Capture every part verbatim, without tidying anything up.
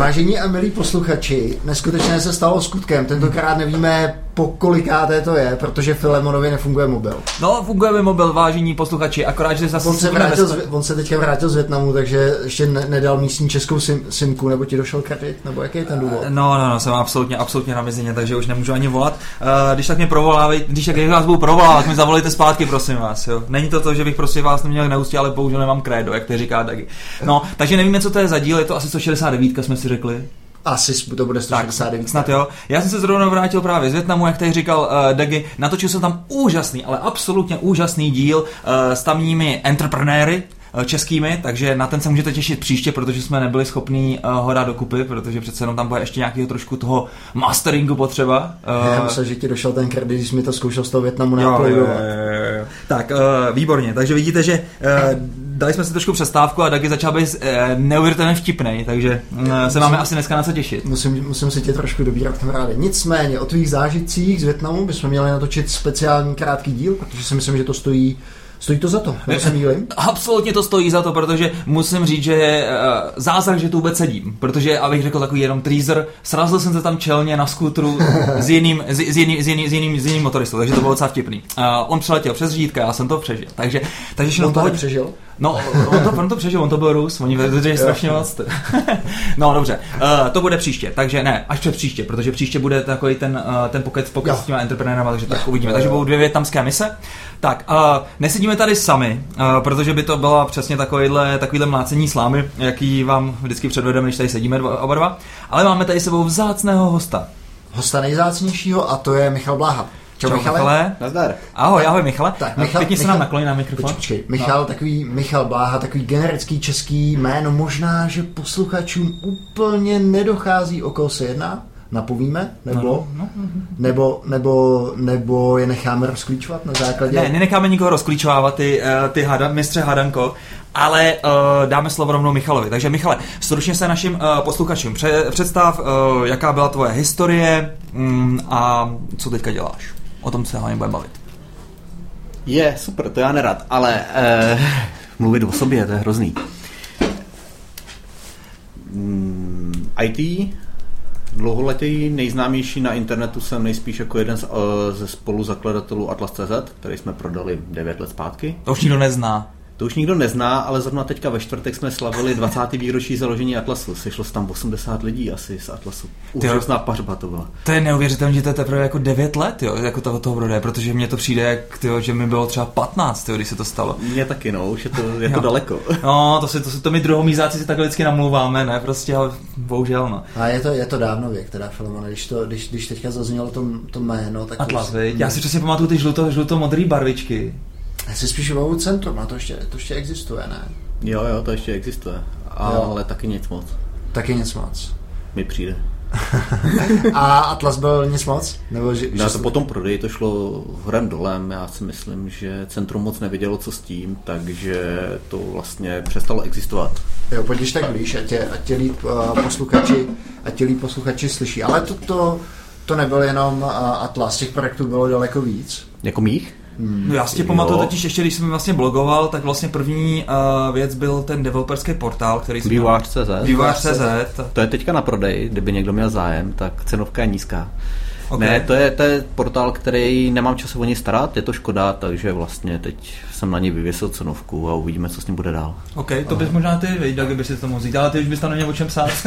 Vážení a milí posluchači, neskutečně se stalo skutkem. Tentokrát nevíme, po kolikáté to je, protože Filemonovi nefunguje mobil. No, funguje mi mobil, vážení posluchači, akorát, že zase... On se, vrátil z, on se teďka vrátil z Vietnamu, takže ještě ne, nedal místní českou sim, simku, nebo ti došel kredit, nebo jaký je ten důvod? No, no, no, jsem absolutně, absolutně na mizině, takže už nemůžu ani volat. Uh, když tak mě provolávají, když tak vás budu provolávat, tak mi zavolejte zpátky, prosím vás, jo. Není to to, že bych prostě vás neměl na ústě, ale bohužel nemám krédo, jak to říká Dagi. No, takže nevíme, co to je za díl, je to asi sto šedesát devět, jsme si řekli. Asi to bude sto šedesát devět. Tak, snad jo. Já jsem se zrovna vrátil právě z Vietnamu, jak tady říkal uh, Dagi, natočil jsem tam úžasný, ale absolutně úžasný díl uh, s tamními entreprenéry uh, českými, takže na ten se můžete těšit příště, protože jsme nebyli schopní uh, ho dát dokupy, protože přece jenom tam bude ještě nějakého trošku toho masteringu potřeba. Uh, Já myslím, že ti došel ten kredit, když mi to zkoušel z toho Vietnamu neuploadovat. Tak, uh, výborně, takže vidíte, že uh, dali jsme si trošku přestávku a Dagi začal být e, neuvěřitelně vtipnej, takže e, se máme asi dneska na co těšit. Musím, musím si tě trošku dobírat, kamaráde. Nicméně o tvých zážitcích z Vietnamu bychom měli natočit speciální krátký díl, protože si myslím, že to stojí Stojí to za to, nebo se mýlím? Absolutně to stojí za to, protože musím říct, že je uh, zázrak, že tu vůbec sedím, protože, abych řekl takový jenom teaser, srazil jsem se tam čelně na skútru s jiným, s, s, jiným, s, jiným, s, jiným, s jiným motoristou, takže to bylo docela vtipný. Uh, on přiletěl přes řídka, já jsem to přežil, takže... takže on to pohodě... přežil? No, on to, on to přežil, on to byl Rus, oni vydrží strašně moc. No, dobře, uh, to bude příště, takže ne, až před příště, protože příště bude takový ten, uh, ten pokec, pokec s těma entreprenérama, takže tak uvidíme. Takže budou dvě vietnamské mise. Tak, uh, nesedíme tady sami, uh, protože by to byla přesně takovýhle, takovýhle mlácení slámy, jaký vám vždycky předvedeme, když tady sedíme dva, oba dva, ale máme tady sebou vzácného hosta. Hosta nejvzácnějšího a to je Michal Bláha. Čau, Čau Michale. Michale. Nazdar. Ahoj, ahoj Michale. Tak, Michal, pěkně se nám nakloní na mikrofon. Počkej, počkej. Michal, no. takový Michal Bláha, takový generický český jméno, možná, že posluchačům úplně nedochází, o koho se jedná. Napovíme? Nebo, no, no, no. nebo, nebo, nebo je necháme rozklíčovat na základě... Ne, nenecháme nikoho rozklíčovávat, ty, ty hada, mistře Hadanko, ale uh, dáme slovo rovnou Michalovi. Takže Michale, stručně se našim uh, posluchačům pře- představ, uh, jaká byla tvoje historie um, a co teďka děláš. O tom se hlavně budeme bavit. Je, super, to já nerad, ale uh, mluvit o sobě, to je hrozný. Mm, í té, dlouholetý, nejznámější na internetu jsem nejspíš jako jeden z, uh, ze spoluzakladatelů Atlas tečka cé zet, který jsme prodali devět let zpátky. To už nikdo nezná. To už nikdo nezná, ale zrovna teďka ve čtvrtek jsme slavili dvacáté výročí založení Atlasu. Sešlo se tam osmdesát lidí asi z Atlasu. Úžasná pařba to byla. To je neuvěřitelné, že to je teprve jako devět let, jo, jako toho, toho prodeje, protože mně to přijde, jak, tyjo, že mi bylo třeba patnáct, tyjo, když se to stalo. Mně taky, no, už je to, je to daleko. No, to si to, si, to my druhomízáci si takhle vždycky namlouváme, ne, prostě, ale bohužel, no. A je to, je to dávno věk, teda Filemone, když, to, když, když teďka zaznělo to, to jméno, tak... Atlas, to... Já si přesně pamatuju ty žluto, žluto-modrý barvičky. Já si spíš vybavuju centrum, a to ještě, to ještě existuje, ne? Jo, jo, to ještě existuje, ale jo. Taky nic moc. Taky nic moc. Mi přijde. A Atlas byl nic moc? Nebo že, no, to potom prodeji to šlo horem dolem, já si myslím, že centrum moc nevědělo, co s tím, takže to vlastně přestalo existovat. Jo, pojď tak blíž, ať tě, ať tě líp uh, posluchači, ať tě líp posluchači slyší, ale to, to, to nebyl jenom uh, Atlas, těch projektů bylo daleko víc. Jako mých? Hmm. No já si tě pamatuju totiž ještě, když jsem vlastně blogoval, tak vlastně první uh, věc byl ten developerský portál, který jsem... Vývojář tečka cé zet. Vývojář tečka cé zet. To je teďka na prodej, kdyby někdo měl zájem, tak cenovka je nízká. Okay. Ne, to je, to je portál, který nemám čas o něj starat, je to škoda, takže vlastně teď jsem na něj vyvěsil cenovku a uvidíme, co s ním bude dál. OK, to bys možná ty věděl, kdyby si to mohl říct, ale ty už bys tam neměl o čem psát.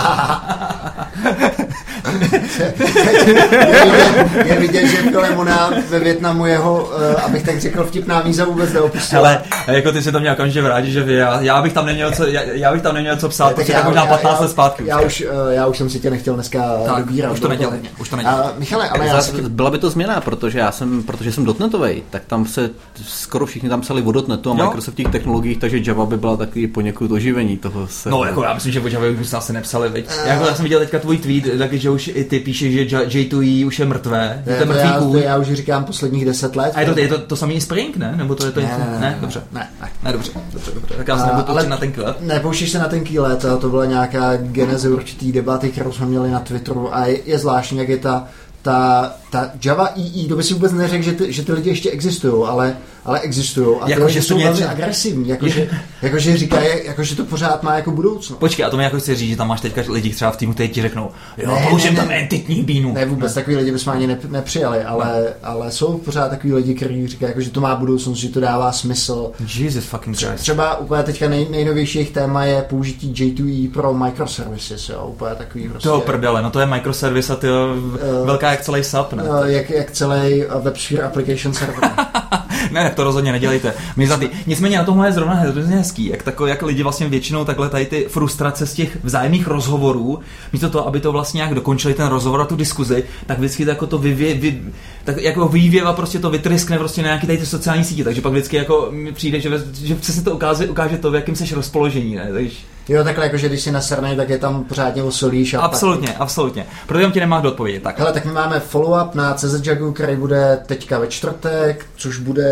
Je vidět, že Filemona ve Vietnamu jeho, abych tak řekl, vtipná víza vůbec neopustila. Ale jako ty si to měl okamžitě vrátit, že já, já, bych tam neměl co, já, já bych tam neměl co psát, protože tak možná patnáct let zpátky. Já už, já už jsem si tě nechtěl dneska tak, dobírat. Už to nedělej, už to nedělej. Michale, ale já si... Byla by to změna, protože já jsem, protože jsem dotnetovej, tak tam se skoro všichni tam psali o dotnetu a Microsoftích technologiích, takže Java by byla takový poněkud oživení toho se. No, jako já myslím, že o Java už se asi nepsali, veď. Uh, jako já jsem viděl teďka tvůj tweet, taky, že už i ty píšeš, že J dva E už je mrtvé, je to mrtvý já, kůň. Já už říkám posledních deset let. A je to, je to, to samý Spring, ne? Nebo to je to ne, něco? Ne, ne, dobře. Ne, ne. Ne, dobře, dobře, dobře. Tak já se nebudu pouštět na tenký let. Nepouštíš se na tenký let, to byla nějaká geneze určitý debaty, kterou jsme měli na Twitteru a je, je zvláštní, jak je ta ta, ta Java í í, to by si vůbec neřekl, že ty, že ty lidi ještě existují, ale, ale existují. A ty jako, lidi že jsou něco... velmi agresivní, jakože jako, že říkají, jako, že to pořád má jako budoucnost. Počkej, a to mi jako chci říct, že tam máš teďka lidi třeba v týmu, kteří ti řeknou, jo, ne, použijem ne, tam ne, entitní bínu. Ne, vůbec, ne. Takový lidi bychom ani nepřijali, ale, ne. ale jsou pořád takový lidi, kteří říkají, jako, že to má budoucnost, že to dává smysl. Jesus fucking Christ. Třeba úplně teďka nej, nejnovější jejich téma je použití J two E pro microservices, jo, úplně takový prostě. To prdele, no to je microservice a ty jo, uh, velká jak celý S A P, ne? Uh, jak, jak celý WebSphere Application Server. Ne, to rozhodně nedělejte. My za ty. Nicméně na tomhle je zrovna hrozně hezký, jak, tako, jak lidi vlastně většinou takhle tady ty frustrace z těch vzájemných rozhovorů, místo toho, aby to vlastně nějak dokončili ten rozhovor a tu diskuzi, tak vždycky jako to vyvě, vy, tak jako vývěva prostě to vytryskne prostě na nějaký tady ty sociální sítě, takže pak vždycky jako mi přijde, že, že přesně to ukáže, ukáže to, v jakém seš rozpoložení, ne? Takže... Jo, takhle jako, že když si nasrnej, tak je tam pořádně osolíš. A absolutně, tak... absolutně. Protože ti nemá kdo odpovědět. Tak. Hele, tak my máme follow-up na C Z Jagu, který bude teďka ve čtvrtek, což bude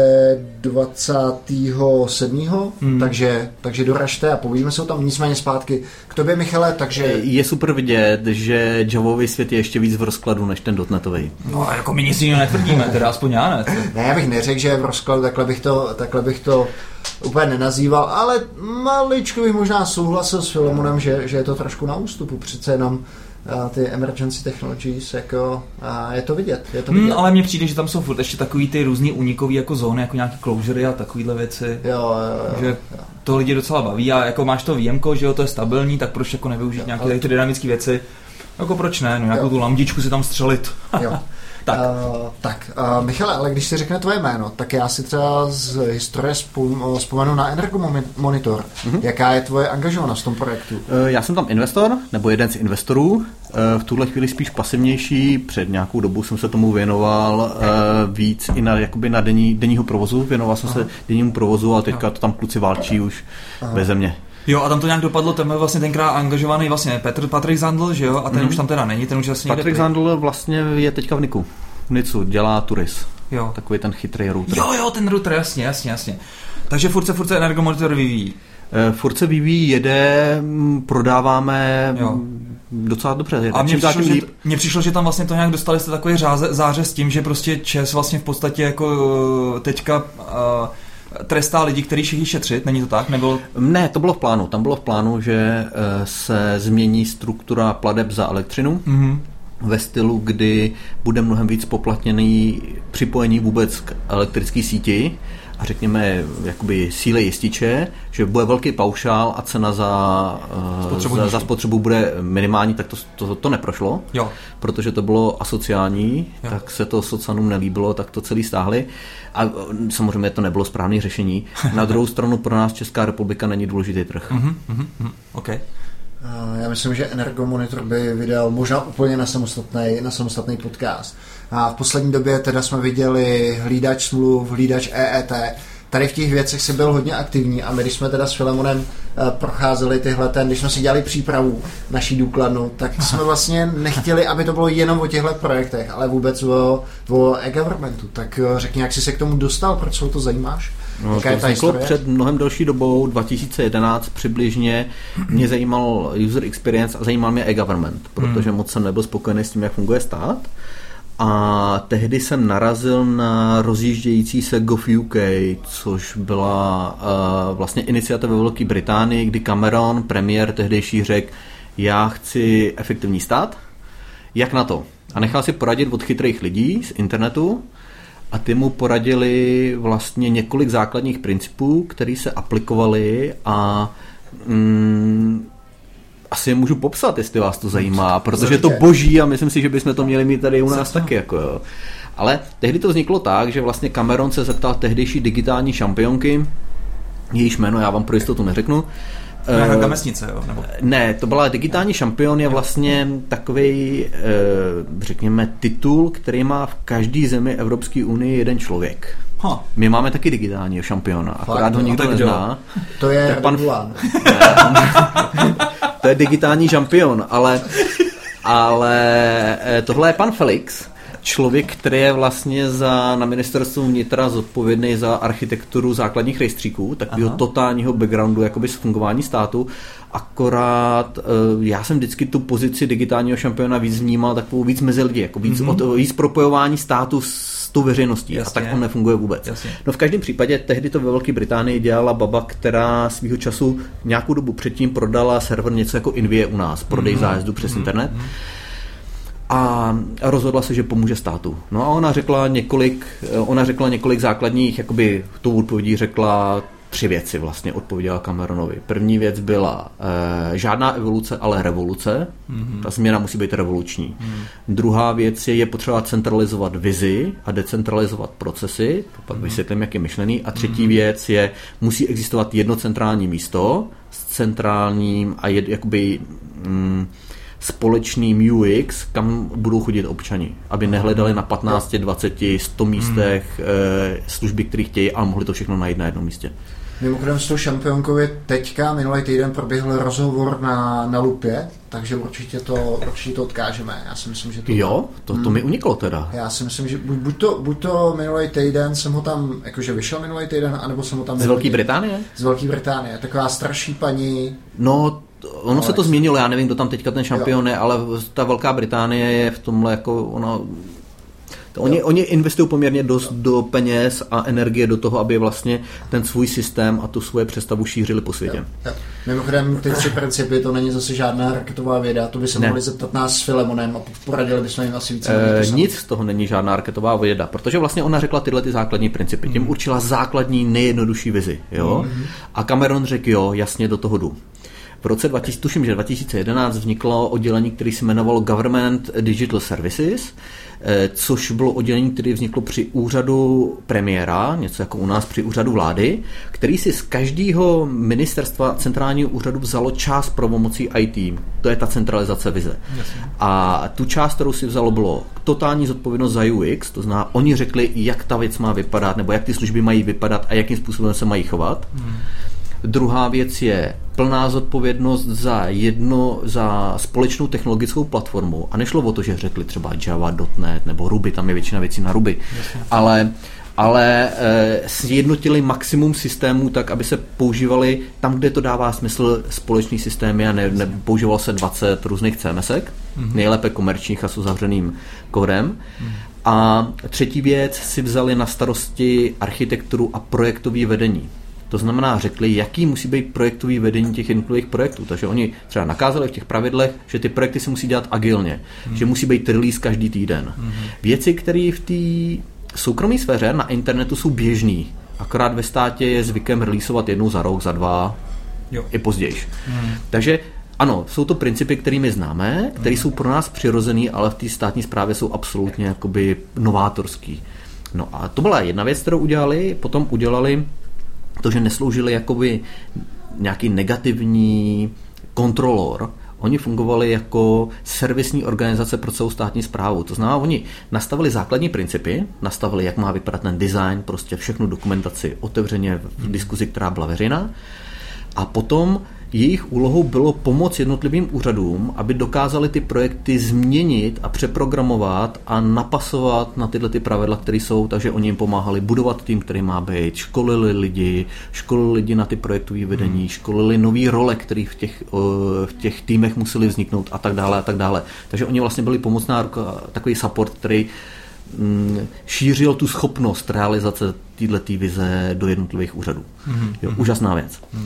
dvacátého sedmého Hmm. Takže, takže doražte a povíme se o tom, nicméně zpátky k tobě, Michale, takže... Je super vidět, že javový svět je ještě víc v rozkladu než ten dotnetový. No a jako my nic jiného netvrdíme, teda aspoň já ne. Ne, já bych neřekl, že je v rozkladu, takhle bych to, takhle bych to úplně nenazýval, ale maličko bych možná souhlasil s Filemonem, že, že je to trošku na ústupu, přece jenom a ty emergency technologies, jako, a je to vidět. Je to vidět. Hmm, ale mně přijde, že tam jsou furt ještě takový ty různý unikový jako zóny, jako nějaký closury a takovýhle věci. Jo, jo, jo, že jo. To lidi docela baví a jako máš to výjemko, že jo, to je stabilní, tak proč jako nevyužít jo, nějaké tady ty dynamické věci? Jako proč ne, no nějakou jo. tu lamdičku si tam střelit. Jo. Tak, uh, tak uh, Michale, ale když si řekne tvoje jméno, tak já si třeba z historie spom- vzpomenu na Energo Monitor. Mm-hmm. Jaká je tvoje angažovanost v tom projektu? Uh, já jsem tam investor, nebo jeden z investorů. Uh, v tuhle chvíli spíš pasivnější. Před nějakou dobu jsem se tomu věnoval uh, víc i na, jakoby na denní, denního provozu. Věnoval jsem Aha. se dennímu provozu a teďka to tam kluci válčí už Aha. beze mě. Jo, a tam to nějak dopadlo, ten byl vlastně tenkrát angažovaný vlastně Petr, Patrik Zandl, že jo, a ten mm. už tam teda není, ten už vlastně Patrik Zandl vlastně je teďka v Niku, v Nicu, dělá Turis, jo. Takový ten chytrý router. Jo, jo, ten router, jasně, jasně, jasně. Takže furt se, furt se Energo Monitor vyvíjí. E, furt se vyvíjí, jede, prodáváme jo. docela dobře. A mně přišlo, že, mně přišlo, že tam vlastně to nějak dostali jste takový řáze, záře s tím, že prostě ČES vlastně v podstatě jako teďka... Uh, trestá lidi, kteří všichni šetřit, není to tak? Nebylo... Ne, to bylo v plánu. Tam bylo v plánu, že se změní struktura plateb za elektřinu mm-hmm. ve stylu, kdy bude mnohem víc poplatněný připojení vůbec k elektrické síti a řekněme jakoby síle jističe, že bude velký paušál a cena za spotřebu, za, za spotřebu bude minimální, tak to, to, to neprošlo, jo. protože to bylo asociální, jo. tak se to socanům nelíbilo, tak to celý stáhli a samozřejmě to nebylo správné řešení. Na druhou stranu pro nás Česká republika není důležitý trh. Mm-hmm, mm-hmm, okay. Já myslím, že Energo Monitor by vydal možná úplně na samostatný, na samostatný podcast. A v poslední době teda jsme viděli hlídač smluv, hlídač E E T. Tady v těch věcech si byl hodně aktivní a my, když jsme teda s Filemonem procházeli tyhle ten, když jsme si dělali přípravu naší důkladnu, tak jsme vlastně nechtěli, aby to bylo jenom o těchto projektech, ale vůbec o, o e-governmentu. Tak řekni, jak jsi se k tomu dostal, proč se o to zajímáš? No, to vzniklo před mnohem delší dobou, dva tisíce jedenáct přibližně. Mě zajímal user experience a zajímal mě e-government, protože hmm. moc jsem nebyl spokojený s tím, jak funguje stát. A tehdy jsem narazil na rozjíždějící se GovUK, což byla uh, vlastně iniciativa ve Velké Británii, kdy Cameron, premiér tehdejší, řekl, já chci efektivní stát, jak na to? A nechal si poradit od chytrých lidí z internetu a ty mu poradili vlastně několik základních principů, které se aplikovaly a mm, asi je můžu popsat, jestli vás to zajímá, protože je to boží a myslím si, že bychom to měli mít tady u nás taky. Jako jo. Ale tehdy to vzniklo tak, že vlastně Cameron se zeptal tehdejší digitální šampionky, jejíž jméno já vám pro jistotu neřeknu. Uh, mesnice, jo? Nebo... Ne, to byla digitální šampion, je vlastně takovej, uh, řekněme, titul, který má v každé zemi Evropské unie jeden člověk. Huh. My máme taky digitálního šampiona, akorát ho nikdo nezná. To je pan... To je digitální šampion, ale, ale tohle je pan Felix člověk, který je vlastně za, na ministerstvu vnitra zodpovědný za architekturu základních rejstříků, takového totálního backgroundu jakoby z fungování státu, akorát já jsem vždycky tu pozici digitálního šampiona víc vnímal takovou víc mezi lidi, jako víc, mm-hmm. od, víc propojování státu s tou veřejností. Jasně. A tak on nefunguje vůbec. Jasně. No v každém případě tehdy to ve Velké Británii dělala baba, která svýho času nějakou dobu předtím prodala server něco jako Invie u nás, prodej mm-hmm. zájezdu přes mm-hmm. internet. A rozhodla se, že pomůže státu. No a ona řekla několik, ona řekla několik základních, jakoby tou odpovědí řekla tři věci vlastně odpověděla Cameronovi. První věc byla e, žádná evoluce, ale revoluce. Mm-hmm. Ta změna musí být revoluční. Mm. Druhá věc je, je potřeba centralizovat vizi a decentralizovat procesy. To pak mm. vysvětlím, jak je myšlený. A třetí mm. věc je, musí existovat jedno centrální místo s centrálním a jed, jakoby mm, společným U X, kam budou chodit občani, aby nehledali na patnáct, dvacet, sto místech mm. e, služby, které chtějí, ale mohli to všechno najít na jednom místě. Mimochodem s tou šampionkou teďka minulý týden proběhl rozhovor na, na Lupě, takže určitě to, určitě to odkážeme. Já si myslím, že to... Jo, to, to hmm. mi uniklo teda. Já si myslím, že buď, buď, to, buď to minulý týden jsem ho tam, jakože vyšel minulý týden, anebo jsem ho tam... Z Velké Británie? Z Velké Británie, taková starší paní... No, ono ale se to změnilo, já nevím, kdo tam teďka ten šampion je, ale ta Velká Británie je v tomhle jako... Ono, Oni, oni investují poměrně dost do peněz a energie do toho, aby vlastně ten svůj systém a tu svoje představu šířili po světě. Jo, jo. Mimochodem, ty tři principy, to není zase žádná raketová věda, to by se ne. mohli zeptat nás s Filemonem a poradili bychom jim asi více. E, nic z toho není žádná raketová věda, protože vlastně ona řekla tyhle ty základní principy. Tím mm. určila základní nejjednodušší vizi. Jo? Mm. A Cameron řekl, jo, jasně do toho jdu. V roce dva tisíce, tuším, že dva tisíce jedenáct vzniklo oddělení, které se jmenovalo Government Digital Services, což bylo oddělení, které vzniklo při úřadu premiéra, něco jako u nás při úřadu vlády, který si z každého ministerstva centrálního úřadu vzalo část pravomocí í té. To je ta centralizace vize. Jasně. A tu část, kterou si vzalo, bylo totální zodpovědnost za U X, to znamená, oni řekli, jak ta věc má vypadat, nebo jak ty služby mají vypadat a jakým způsobem se mají chovat. Hmm. Druhá věc je plná zodpovědnost za jedno, za společnou technologickou platformu. A nešlo o to, že řekli třeba Java, .net nebo Ruby, tam je většina věcí na Ruby. Ale, ale e, sjednotili maximum systémů tak, aby se používali tam, kde to dává smysl společný systémy a ne, ne, používal se dvacet různých C M S ek, mm-hmm. nejlépe komerčních a s uzavřeným kódem. Mm-hmm. A třetí věc si vzali na starosti architekturu a projektové vedení. To znamená, řekli, jaký musí být projektový vedení těch jednotlivých projektů. Takže oni třeba nakázali v těch pravidlech, že ty projekty se musí dělat agilně, hmm. že musí být release každý týden. Hmm. Věci, které v té soukromé sféře na internetu jsou běžný. Akorát ve státě je zvykem releaseovat jednou za rok, za dva, jo. i později. Hmm. Takže ano, jsou to principy, kterými známe, které jsou pro nás přirozený, ale v té státní správě jsou absolutně jakoby novátorský. No a to byla jedna věc, kterou udělali, potom udělali to, že nesloužili jakoby nějaký negativní kontrolor. Oni fungovali jako servisní organizace pro celou státní správu. To znamená, oni nastavili základní principy, nastavili, jak má vypadat ten design, prostě všechnu dokumentaci otevřeně v diskuzi, která byla veřejná. A potom jejich úlohou bylo pomoct jednotlivým úřadům, aby dokázali ty projekty změnit a přeprogramovat a napasovat na tyhle ty pravidla, které jsou, takže oni jim pomáhali budovat tým, který má být, školili lidi, školili lidi na ty projektové vedení, školili nový role, který v těch, v těch týmech museli vzniknout a tak dále a tak dále. Takže oni vlastně byli pomocná ruka, takový support, který mm, šířil tu schopnost realizace této vize do jednotlivých úřadů. Mm-hmm. Jo, úžasná věc. Mm-hmm.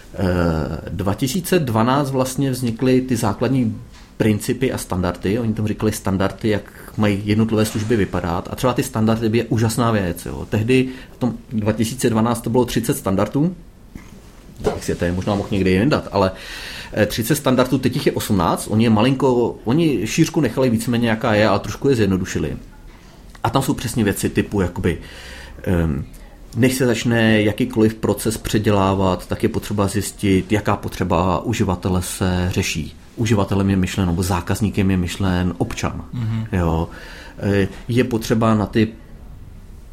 dva tisíce dvanáct vlastně vznikly ty základní principy a standardy. Oni tam říkali standardy, jak mají jednotlivé služby vypadat. A třeba ty standardy je úžasná věc. Jo. Tehdy v tom dva tisíce dvanáct to bylo třicet standardů. Tak si je tady možná mohl někde jen dát, ale třicet standardů, teď jich je osmnáct. Oni je malinko, oni šířku nechali víceméně jaká je, ale trošku je zjednodušili. A tam jsou přesně věci typu jakoby um, než se začne jakýkoliv proces předělávat, tak je potřeba zjistit, jaká potřeba uživatele se řeší. Uživatelem je myšlen, nebo zákazníkem je myšlen občan. Mm-hmm. Jo. Je potřeba na ty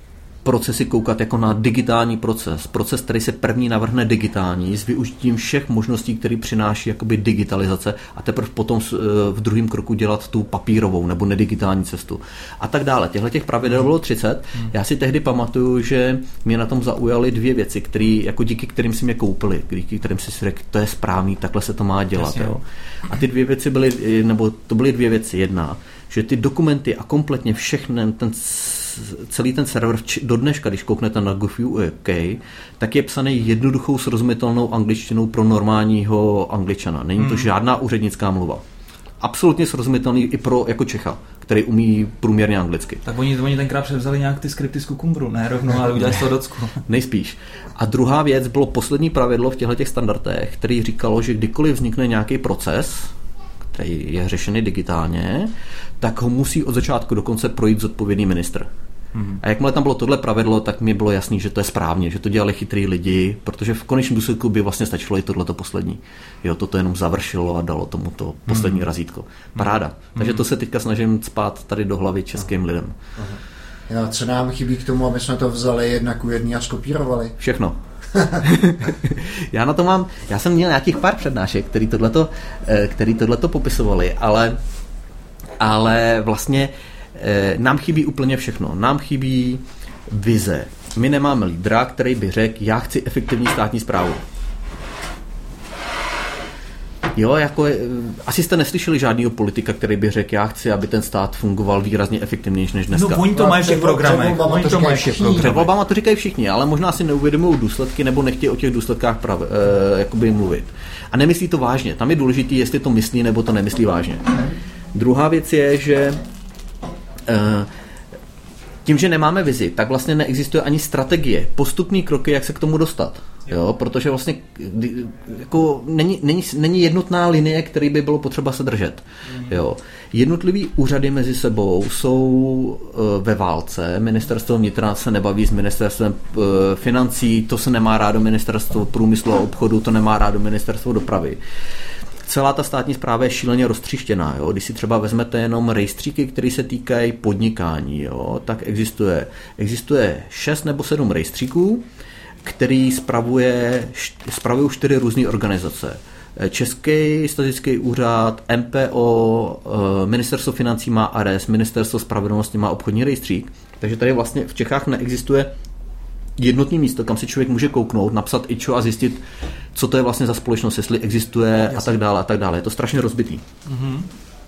procesy koukat jako na digitální proces. Proces, který se první navrhne digitální, s využitím všech možností, které přináší jakoby digitalizace a teprve potom v druhém kroku dělat tu papírovou nebo nedigitální cestu. A tak dále. Těchto těch pravidel bylo třicet. Já si tehdy pamatuju, že mě na tom zaujaly dvě věci, který, jako díky kterým si mě koupili, díky kterým si si řekl, to je správný, takhle se to má dělat. Jo. A ty dvě věci byly, nebo to byly dvě věci. Jedna, že ty dokumenty a kompletně všechny, ten celý ten server do dneška, když kouknete na GovU K, tak je psaný jednoduchou srozumitelnou angličtinou pro normálního Angličana. Není to hmm. žádná úřednická mluva. Absolutně srozumitelný i pro jako Čecha, který umí průměrně anglicky. Tak oni, oni tenkrát převzali nějak ty skripty z Kukumbru, ne rovnou, ale udělali z toho docku. Nejspíš. A druhá věc bylo poslední pravidlo v těchto standardech, který říkalo, že kdykoliv vznikne nějaký proces, který je řešený digitálně, tak ho musí od začátku do konce projít zodpovědný ministr. Hmm. A jakmile tam bylo tohle pravidlo, tak mi bylo jasný, že to je správně, že to dělali chytrý lidi, protože v konečném důsledku by vlastně stačilo i tohleto poslední. Jo, toto jenom završilo a dalo tomu to poslední hmm. razítko. Paráda. Hmm. Takže to se teďka snažím cpát tady do hlavy českým hmm. lidem. Jo, co nám chybí k tomu, aby jsme to vzali jedna ku jedný a skopírovali? Všechno. já na to mám, já jsem měl nějakých pár přednášek, který tohleto, který tohleto popisovali, ale, ale vlastně nám chybí úplně všechno. Nám chybí vize. My nemáme lídra, který by řekl, já chci efektivní státní správu. Jo, jako asi jste neslyšeli žádného politika, který by řekl, já chci, aby ten stát fungoval výrazně efektivněji než dneska. No, oni to mají v těch programech. Oni to mají v těch programech. Před volbama to říkají všichni, ale možná si neuvědomují důsledky nebo nechtějí o těch důsledkách prav, eh, jakoby mluvit. A nemyslí to vážně. Tam je důležité, jestli to myslí nebo to nemyslí vážně. Druhá věc je, že eh, tím, že nemáme vizi, tak vlastně neexistuje ani strategie, postupný kroky, jak se k tomu dostat. Jo, protože vlastně jako není, není, není jednotná linie, který by bylo potřeba se držet. Jo. Jednotlivý úřady mezi sebou jsou ve válce, ministerstvo vnitra se nebaví s ministerstvem financí, to se nemá rádo ministerstvo průmyslu a obchodu, to nemá rádo ministerstvo dopravy. Celá ta státní správa je šíleně roztříštěná. Jo? Když si třeba vezmete jenom rejstříky, které se týkají podnikání, jo? Tak existuje, existuje šest nebo sedm rejstříků, který spravuje, spravují čtyři různé organizace. Český statistický úřad, M P O, ministerstvo financí má A R E S, ministerstvo spravedlnosti má obchodní rejstřík. Takže tady vlastně v Čechách neexistuje jednotný místo, kam si člověk může kouknout, napsat I Č O a zjistit, co to je vlastně za společnost, jestli existuje Jasně. a tak dále a tak dále. Je to strašně rozbitý. Mm-hmm.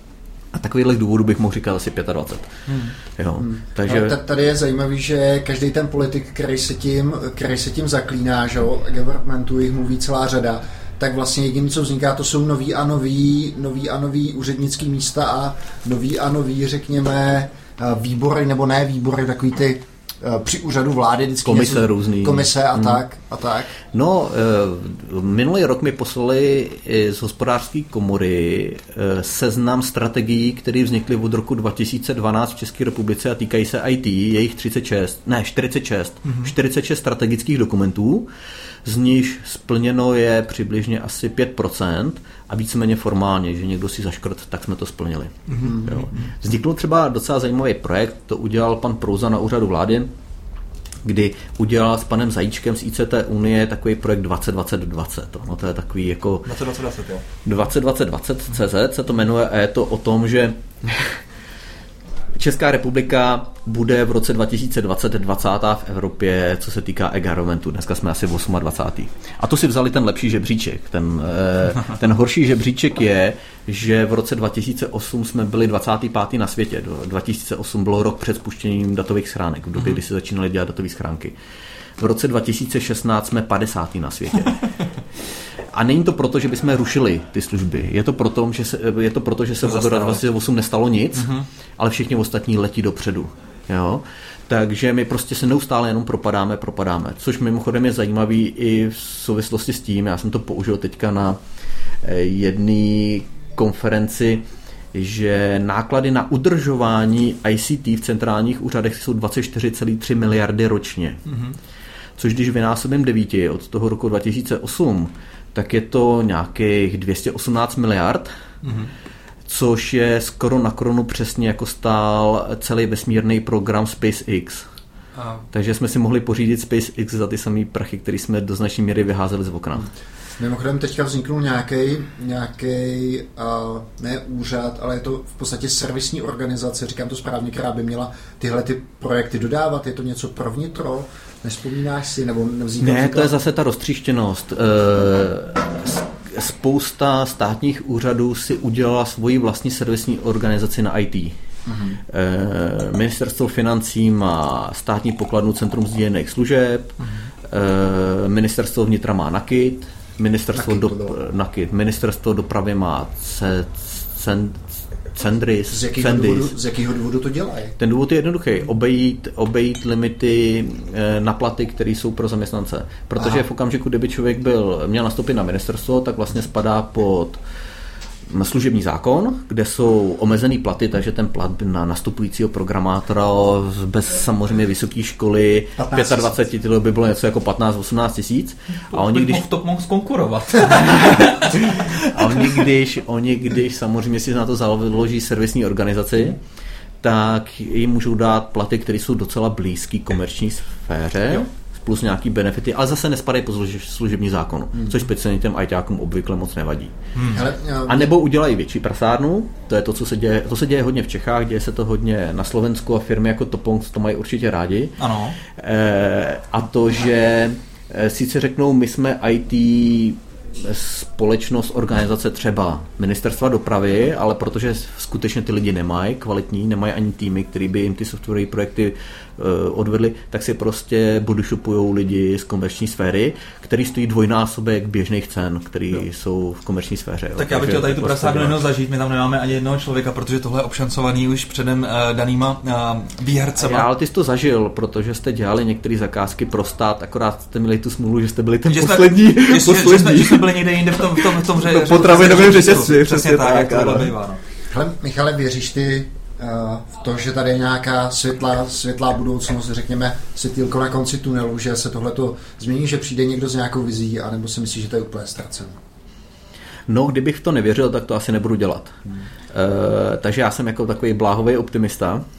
A takovýchhle důvodů bych mohl říkat asi pět a dvacet. Hmm. Jo, hmm. takže... No, tady je zajímavý, že každý ten politik, který se tím, který se tím zaklíná, že o governmentu jich mluví celá řada, tak vlastně jediné, co vzniká, to jsou nový a nový, nový a nový úřednický místa a nový a nový, řekněme, výbory, nebo ne výbory, takový ty při úřadu vlády vždycky komise něco, různý. Komise a hmm. tak a tak. No, minulý rok mi poslali z hospodářské komory seznam strategií, které vznikly od roku dva tisíce dvanáct v České republice a týkají se I T, je jich třicet šest, ne, čtyřicet šest. Hmm. čtyřicet šest strategických dokumentů, z nich splněno je přibližně asi pět procent a víceméně formálně, že někdo si zaškrt, tak jsme to splnili. Mm-hmm. Jo. Vznikl třeba docela zajímavý projekt, to udělal pan Prouza na úřadu vlády, kdy udělal s panem Zajíčkem z I C T Unie takový projekt dvacet dvacet dvacet. No, to je takový jako... dvacet dvacet dvacet, jo. dvacet dvacet dvacet tečka cé zet se to jmenuje a je to o tom, že Česká republika bude v roce dva tisíce dvacet dvacátá v Evropě, co se týká e-governmentu. Dneska jsme asi dvacátý osmý. A to si vzali ten lepší žebříček. Ten, ten horší žebříček je, že v roce dva tisíce osm jsme byli dvacátý pátý na světě. dva tisíce osm bylo rok před spuštěním datových schránek, v době, kdy se začínaly dělat datové schránky. V roce dva tisíce šestnáct jsme padesátý na světě. A není to proto, že bychom rušili ty služby. Je to proto, že se, je to proto, že se v roce dva tisíce osm nestalo nic, uh-huh. ale všichni ostatní letí dopředu. Jo? Takže my prostě se neustále jenom propadáme, propadáme. Což mimochodem je zajímavý i v souvislosti s tím, já jsem to použil teďka na jedné konferenci, že náklady na udržování I C T v centrálních úřadech jsou dvacet čtyři celé tři miliardy ročně. Uh-huh. Což když vynásobím devíti od toho roku dva tisíce osm, tak je to nějakých dvě stě osmnáct miliard, mm-hmm. což je skoro na korunu přesně jako stál celý vesmírný program SpaceX. A... Takže jsme si mohli pořídit SpaceX za ty samé prachy, které jsme do značné míry vyházeli z okna. Mimochodem teďka vzniknul nějaký, nějaký uh, ne úřad, ale je to v podstatě servisní organizace, říkám to správně, která by měla tyhle ty projekty dodávat. Je to něco pro vnitro? Nespomínáš si? Nebo nevzniká? Ne, to je zase ta roztříštěnost. E, spousta státních úřadů si udělala svoji vlastní servisní organizaci na í té. Mm-hmm. E, Ministerstvo financí má státní pokladnu Centrum sdílených služeb, mm-hmm. e, Ministerstvo vnitra má NAKIT, Ministerstvo, do, NAKIT, Ministerstvo dopravy má C, C, Cendris. Z jakého, důvodu, z jakého důvodu to dělají? Ten důvod je jednoduchý. Obejít, obejít limity na platy, které jsou pro zaměstnance. Protože Aha. v okamžiku, kdyby člověk byl, měl nastoupit na ministerstvo, tak vlastně spadá pod služební zákon, kde jsou omezený platy, takže ten plat na nastupujícího programátora bez samozřejmě vysoké školy dvacet pět tylo by bylo něco jako patnáct osmnáct tisíc. A oni když to mohl zkonkurovat. A oni když, oni když samozřejmě si na to založí servisní organizaci, tak jim můžou dát platy, které jsou docela blízký komerční sféře. Jo. Plus nějaký benefity, ale zase nespadají po služební zákonu, hmm. což speciálně těm ajťákům obvykle moc nevadí. Hmm. Hele, a nebo udělají větší prasárnu, to je to, co se děje, to se děje hodně v Čechách, děje se to hodně na Slovensku a firmy jako Topong to mají určitě rádi. Ano. E, a to, že sice řeknou, my jsme í té společnost, organizace třeba ministerstva dopravy, ale protože skutečně ty lidi nemají kvalitní, nemají ani týmy, který by jim ty softwarové projekty uh, odvedli, tak si prostě bodyshopujou lidi z komerční sféry, který stojí dvojnásobek běžných cen, který jo. jsou v komerční sféře. Tak jo. Já bych chtěl tady tu prasárnu jenom zažít, my tam nemáme ani jednoho člověka, protože tohle je obšancovaný už předem uh, danýma uh, výhercema. Já, ale ty jsi to zažil, protože jste dělali některé zakázky pro stát, akorát jste měli tu smůlu, že jste byli ten že poslední. Jsme, poslední. Že, že, jsme, že jsme byli někde jinde v tom, v tom, v tom že, potravinovém řetězci. Přesně tak, jak to bývá. Hele, Michale, věříš ty uh, v to, že tady je nějaká světlá, světlá budoucnost, řekněme světýlko na konci tunelu, že se tohleto změní, že přijde někdo s nějakou vizí, anebo si myslíš, že to je úplně ztraceno? No, kdybych v to nevěřil, tak to asi nebudu dělat. Hmm. Uh, takže já jsem jako takový bláhový optimista. Uh,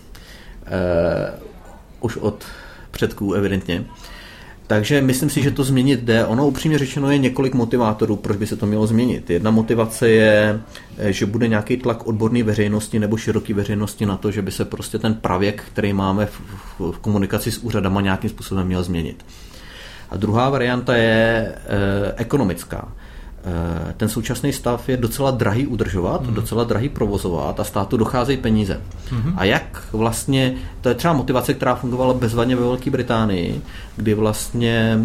už od předků evidentně. Takže myslím si, že to změnit jde. Ono upřímně řečeno je několik motivátorů, proč by se to mělo změnit. Jedna motivace je, že bude nějaký tlak odborné veřejnosti nebo široké veřejnosti na to, že by se prostě ten pravěk, který máme v, v, v komunikaci s úřadama, nějakým způsobem měl změnit. A druhá varianta je eh, ekonomická. Ten současný stav je docela drahý udržovat, mm. docela drahý provozovat a státu docházejí peníze. Mm. A jak vlastně, to je třeba motivace, která fungovala bezvadně ve Velké Británii, kdy vlastně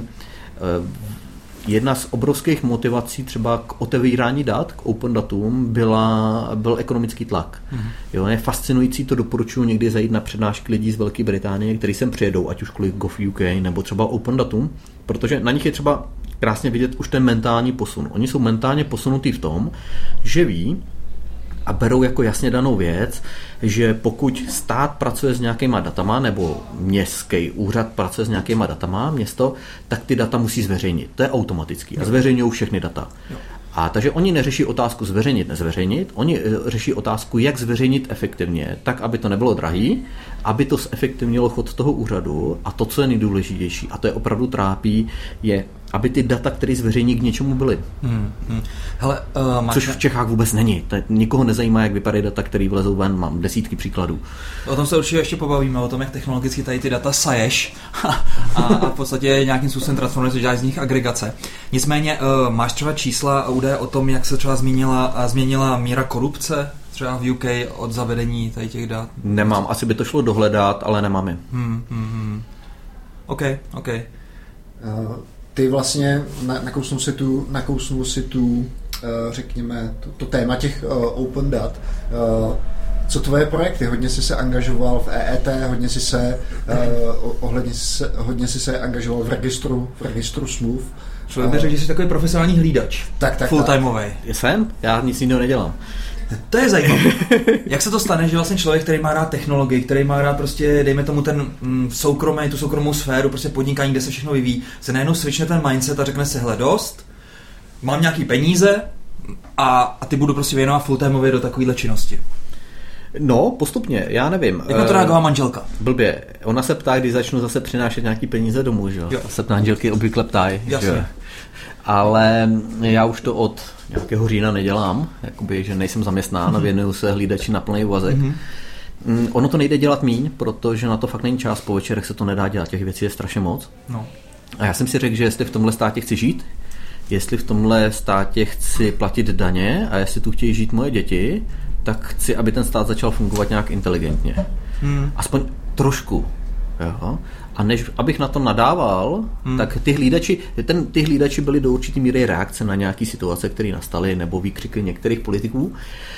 jedna z obrovských motivací třeba k otevírání dat, k open datům, byla, byl ekonomický tlak. Mm. Jo, je fascinující, to doporučuji někdy zajít na přednášky lidí z Velké Británie, kteří sem přijedou, ať už kvůli GovUK nebo třeba open datům, protože na nich je třeba krásně vidět už ten mentální posun. Oni jsou mentálně posunutí v tom, že ví a berou jako jasně danou věc, že pokud stát pracuje s nějakýma datama nebo městský úřad pracuje s nějakýma datama, město, tak ty data musí zveřejnit. To je automatický. A zveřejňují všechny data. A takže oni neřeší otázku zveřejnit, nezveřejnit, oni řeší otázku, jak zveřejnit efektivně, tak, aby to nebylo drahý, aby to zefektivnilo chod toho úřadu a to, co je nejdůležitější, a to je opravdu trápí, je, aby ty data, které zveřejní, k něčemu byly. Hmm, hmm. Hele, uh, máš... Což v Čechách vůbec není. To nikoho nezajímá, jak vypadají data, které vlezou ven. Mám desítky příkladů. O tom se určitě ještě pobavíme, o tom, jak technologicky tady ty data saješ a, a v podstatě nějakým způsobem transformuješ, děláš z nich agregace. Nicméně uh, máš třeba čísla a údaje o tom, jak se třeba změnila, změnila míra korupce třeba v U K od zavedení tady těch dat? Nemám. Asi by to šlo dohledat, ale nemám je. Hmm, hmm, hmm. OK, OK. Uh... Ty vlastně nakousnul si tu, nakousnul si tu řekněme, to, to téma těch uh, open dat. Uh, co tvoje projekty? Hodně jsi se angažoval v E E T, hodně jsi se, uh, ohledně se, hodně jsi se angažoval v registru, v registru smluv. Člověk by řekl, že jsi takový profesionální hlídač. Tak, tak, full-timeový. Jsem? Já nic jiného nedělám. To je zajímavé. Jak se to stane, že vlastně člověk, který má rád technologii, který má rád prostě, dejme tomu ten mm, soukromý, tu soukromou sféru, prostě podnikání, kde se všechno vyvíjí, se najednou switchne ten mindset a řekne si, hele, dost, mám nějaký peníze a, a ty budu prostě věnovat full-timeově do takovéhle činnosti. No, postupně, já nevím. Jak na to reagovala manželka? Blbě. Ona se ptá, když začnu zase přinášet nějaký peníze domů, že jo? Se manželky obvykle ptají. Jasně. Ale já už to od nějakého října nedělám, jakoby, že nejsem zaměstnán a věnuju se hlídači na plný úvazek. Mm-hmm. Ono to nejde dělat míň, protože na to fakt není čas, po večerech se to nedá dělat, těch věcí je strašně moc. No. A já jsem si řekl, že jestli v tomhle státě chci žít, jestli v tomhle státě chci platit daně a jestli tu chtějí žít moje děti, tak chci, aby ten stát začal fungovat nějak inteligentně. Hmm. Aspoň trošku. Jo? A než abych na to nadával, hmm. tak ty hlídači, ten, ty hlídači byly do určitý míry reakce na nějaké situace, které nastaly, nebo výkřiky některých politiků.